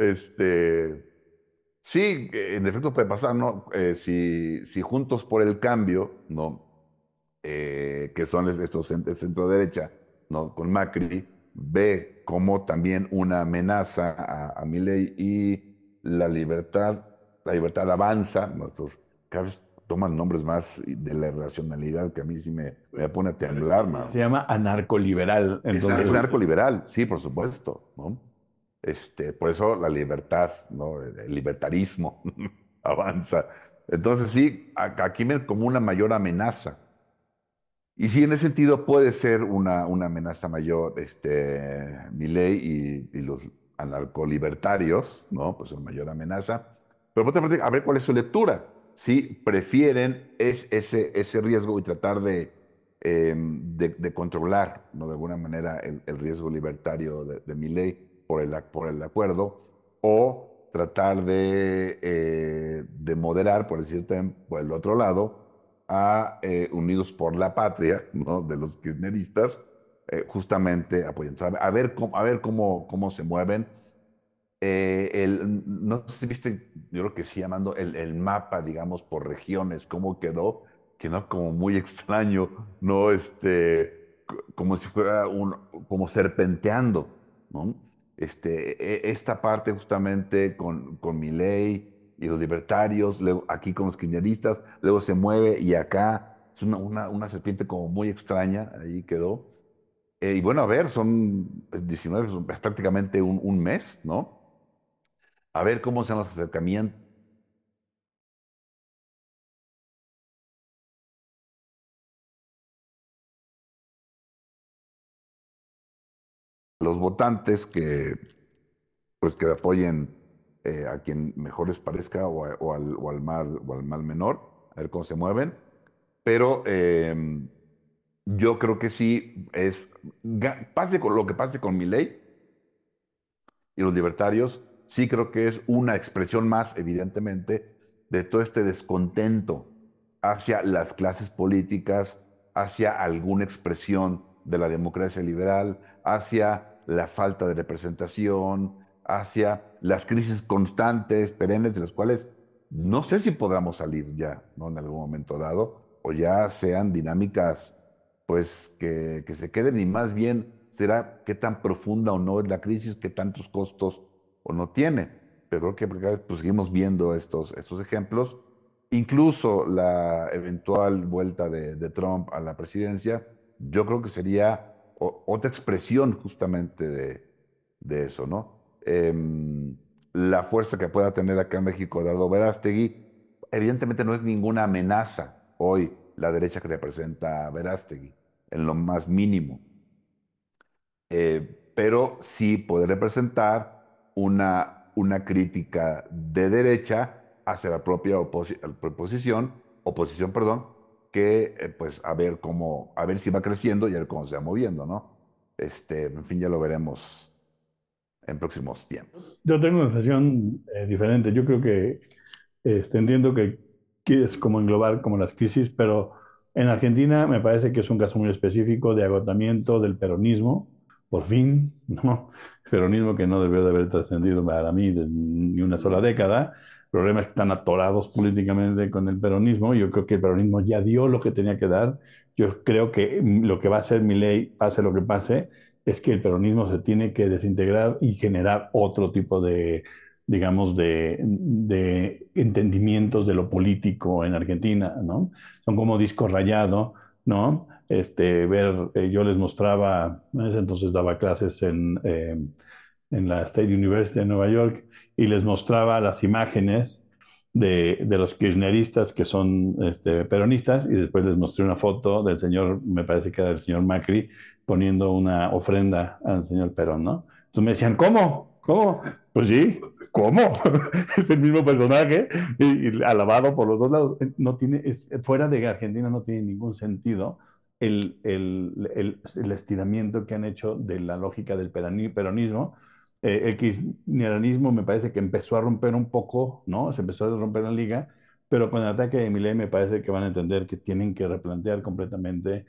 Este, sí, eh, en efecto puede pasar, ¿no? Eh, si, si Juntos por el Cambio, ¿no? Eh, que son estos cent- centro derecha, ¿no? Con Macri, ve como también una amenaza a, a Milei y la libertad, la libertad avanza, ¿no? Estos cada vez toman nombres más de la racionalidad que a mí sí me, me pone a temblar, Se mano. llama anarcoliberal, Es, es entonces, narcoliberal, sí, por supuesto, ¿no? Este, por eso la libertad, ¿no? El libertarismo avanza. Entonces sí, a- aquí ven como una mayor amenaza. Y sí, en ese sentido puede ser una, una amenaza mayor, este, Milei y, y los anarcolibertarios, ¿no? Pues una mayor amenaza. Pero por otra parte, a ver cuál es su lectura. Si prefieren es, ese, ese riesgo y tratar de, eh, de, de controlar, ¿no? De alguna manera el, el riesgo libertario de, de Milei por el, por el acuerdo, o tratar de, eh, de moderar, por decirte, por el otro lado, a eh, Unidos por la Patria, ¿no? De los kirchneristas, eh, justamente apoyando, a a ver cómo, a ver cómo, cómo se mueven. Eh, el, no sé si viste, yo creo que sí, llamando el, el mapa, digamos, por regiones, cómo quedó, quedó como muy extraño, ¿no? Este, co- como si fuera un, como serpenteando, ¿no? Este, e- esta parte justamente con, con Milei y los libertarios, luego aquí con los kirchneristas, luego se mueve y acá es una, una, una serpiente como muy extraña, ahí quedó. Eh, y bueno, a ver, son diecinueve, son- es prácticamente un, un mes, ¿no? A ver cómo son los acercamientos. Los votantes que, pues, que apoyen eh, a quien mejor les parezca o, a- o al, o al mal, o al mal menor, a ver cómo se mueven. Pero eh, yo creo que sí es, ga- pase con lo que pase con mi ley y los libertarios, sí creo que es una expresión más, evidentemente, de todo este descontento hacia las clases políticas, hacia alguna expresión de la democracia liberal, hacia la falta de representación, hacia las crisis constantes, perennes, de las cuales no sé si podamos salir ya, ¿no? En algún momento dado, o ya sean dinámicas pues que, que se queden y más bien será qué tan profunda o no es la crisis, qué tantos costos o no tiene. Pero creo que pues, seguimos viendo estos, estos ejemplos. Incluso la eventual vuelta de, de Trump a la presidencia, yo creo que sería o- otra expresión justamente de, de eso, ¿no? Em, la fuerza que pueda tener acá en México Eduardo Verástegui, evidentemente no es ninguna amenaza hoy la derecha que representa a Verástegui en lo más mínimo. Eh, pero sí puede representar una, una crítica de derecha hacia la propia oposi- oposición, oposición, perdón, que eh, pues a ver cómo, a ver si va creciendo y a ver cómo se va moviendo, ¿no? Este, en fin, ya lo veremos en próximos tiempos. Yo tengo una sensación eh, diferente. Yo creo que este, entiendo que quieres como englobar como las crisis, pero en Argentina me parece que es un caso muy específico de agotamiento del peronismo, por fin, ¿no? Peronismo que no debió de haber trascendido para mí de ni una sola década. El problema es que están atorados políticamente con el peronismo. Yo creo que el peronismo ya dio lo que tenía que dar. Yo creo que mm, lo que va a hacer mi ley, pase lo que pase, es que el peronismo se tiene que desintegrar y generar otro tipo de, digamos, de, de entendimientos de lo político en Argentina, ¿no? Son como disco rayado, ¿no? Este, ver, eh, yo les mostraba, en ese entonces daba clases en, eh, en la State University de Nueva York y les mostraba las imágenes de, de los kirchneristas que son este, peronistas y después les mostré una foto del señor, me parece que era el señor Macri, poniendo una ofrenda al señor Perón, ¿no? Entonces me decían, ¿cómo? ¿Cómo? Pues sí, ¿cómo? Es el mismo personaje y, y alabado por los dos lados. No tiene, es, fuera de Argentina no tiene ningún sentido el, el, el, el estiramiento que han hecho de la lógica del peronismo. Eh, el kirchnerismo me parece que empezó a romper un poco, ¿no? Se empezó a romper la liga, pero con el ataque de Milei me parece que van a entender que tienen que replantear completamente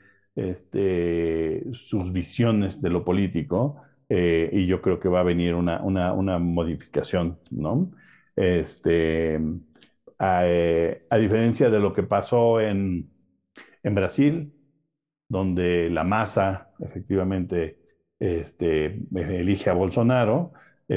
este, sus visiones de lo político eh, y yo creo que va a venir una, una, una modificación, ¿no? Este, a, eh, a diferencia de lo que pasó en, en Brasil, donde la masa efectivamente este, elige a Bolsonaro,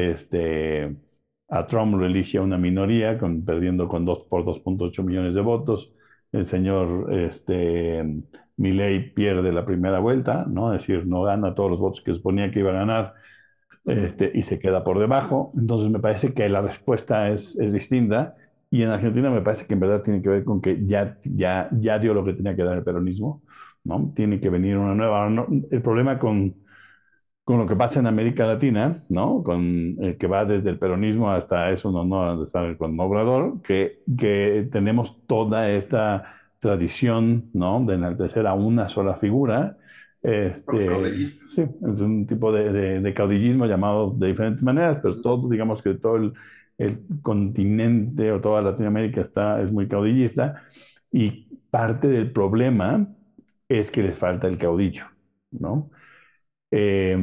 este, a Trump lo elige a una minoría, con, perdiendo con dos, por dos punto ocho millones de votos. El señor este, Milei pierde la primera vuelta, ¿no? Es decir, no gana todos los votos que suponía que iba a ganar este, y se queda por debajo. Entonces me parece que la respuesta es, es distinta y en Argentina me parece que en verdad tiene que ver con que ya, ya, ya dio lo que tenía que dar el peronismo, ¿no? Tiene que venir una nueva... no, el problema con, con lo que pasa en América Latina, ¿no? Con el que va desde el peronismo hasta eso, no, no, hasta con Obrador, que, que tenemos toda esta tradición, ¿no? De enaltecer a una sola figura. Los Este, caudillistas. sí, es un tipo de, de, de caudillismo llamado de diferentes maneras, pero todo, digamos que todo el, el continente o toda Latinoamérica está, es muy caudillista y parte del problema es que les falta el caudillo, ¿no? Eh,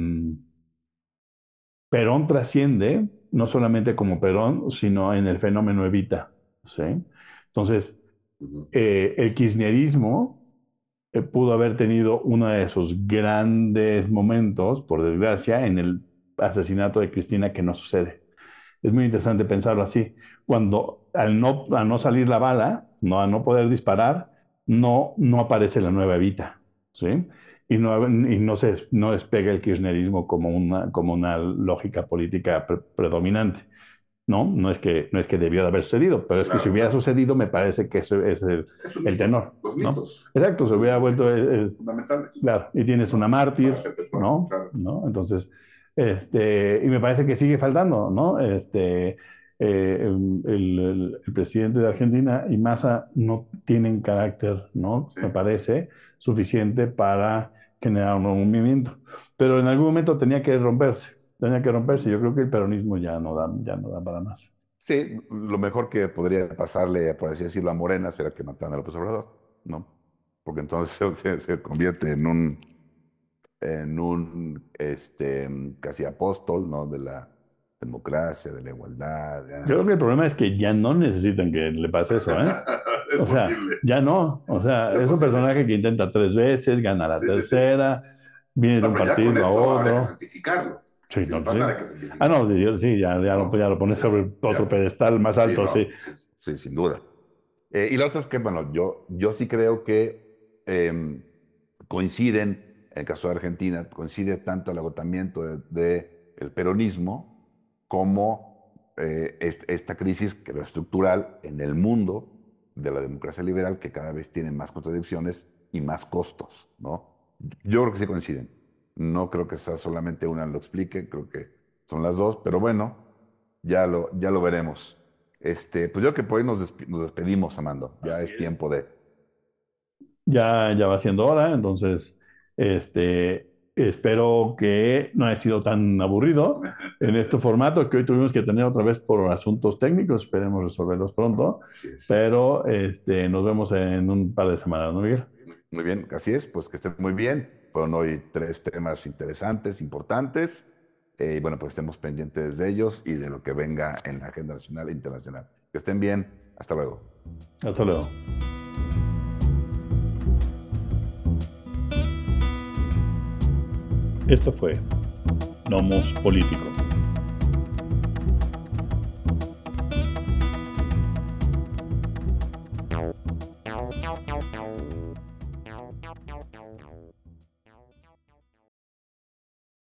Perón trasciende no solamente como Perón, sino en el fenómeno Evita, ¿sí? Entonces, Ujú. eh, el kirchnerismo eh, pudo haber tenido uno de esos grandes momentos, por desgracia, en el asesinato de Cristina que no sucede. Es muy interesante pensarlo así. Cuando al no, al no salir la bala, no, a no poder disparar, no, no aparece la nueva Evita, ¿sí? Y no, y no se no despega el kirchnerismo como una, como una lógica política pre predominante. No, no es que, no es que debió de haber sucedido, pero es que si Claro, hubiera claro. sucedido, me parece que eso es el, Es un el mito. tenor, Los ¿no? mitos. Exacto, se Los, hubiera los vuelto, mitos es, es- fundamentales, claro, y tienes una ¿no? mártir, Para perpetuar, ¿no? claro. ¿no? Entonces, este, y me parece que sigue faltando, ¿no? Este, eh, el, el- el presidente de Argentina y Massa no tienen carácter, ¿no? Sí. Me parece suficiente para generar un nuevo movimiento. Pero en algún momento tenía que romperse, tenía que romperse. Yo creo que el peronismo ya no da, ya no da para más. Sí, lo mejor que podría pasarle, por así decirlo, a Morena será que mataran a López Obrador, ¿no? Porque entonces se, se convierte en un, en un este, casi apóstol, ¿no? De la democracia, de la igualdad. Yo Ya. creo que el problema es que ya no necesitan que le pase eso, ¿eh? Es O sea, posible, ya no. O sea, es es un posible. personaje que intenta tres veces, gana la Sí, sí, sí. tercera, viene de No, un pero ya con partido a esto habría que otro. santificarlo. Sí, Si le no, pasa, sí. hay que Ah, santificarlo, no, sí, sí, ya, ya lo, ya ¿no? lo pones Ya, sobre otro ya. pedestal más Sí, alto, sí. no, sí, sí, sin duda. Eh, y la otra es que, bueno, yo, yo sí creo que eh, coinciden, en el caso de Argentina, coincide tanto el agotamiento del de, el peronismo como eh, est esta crisis que es estructural en el mundo de la democracia liberal que cada vez tiene más contradicciones y más costos, ¿no? Yo creo que sí coinciden. No creo que sea solamente una lo explique, creo que son las dos, pero bueno, ya lo, ya lo veremos. Este, pues yo creo que por ahí nos, despe- nos despedimos, Amando. Ya Así es es. tiempo de... Ya, ya va siendo hora, entonces, este, espero que no haya sido tan aburrido en este formato que hoy tuvimos que tener otra vez por asuntos técnicos. Esperemos resolverlos pronto, Así es. pero este, nos vemos en un par de semanas, ¿no, Miguel? Muy bien, así es, pues que estén muy bien. Fueron hoy tres temas interesantes, importantes. Eh, y bueno, pues estemos pendientes de ellos y de lo que venga en la agenda nacional e internacional. Que estén bien. Hasta luego. Hasta luego. Esto fue Nomos Político.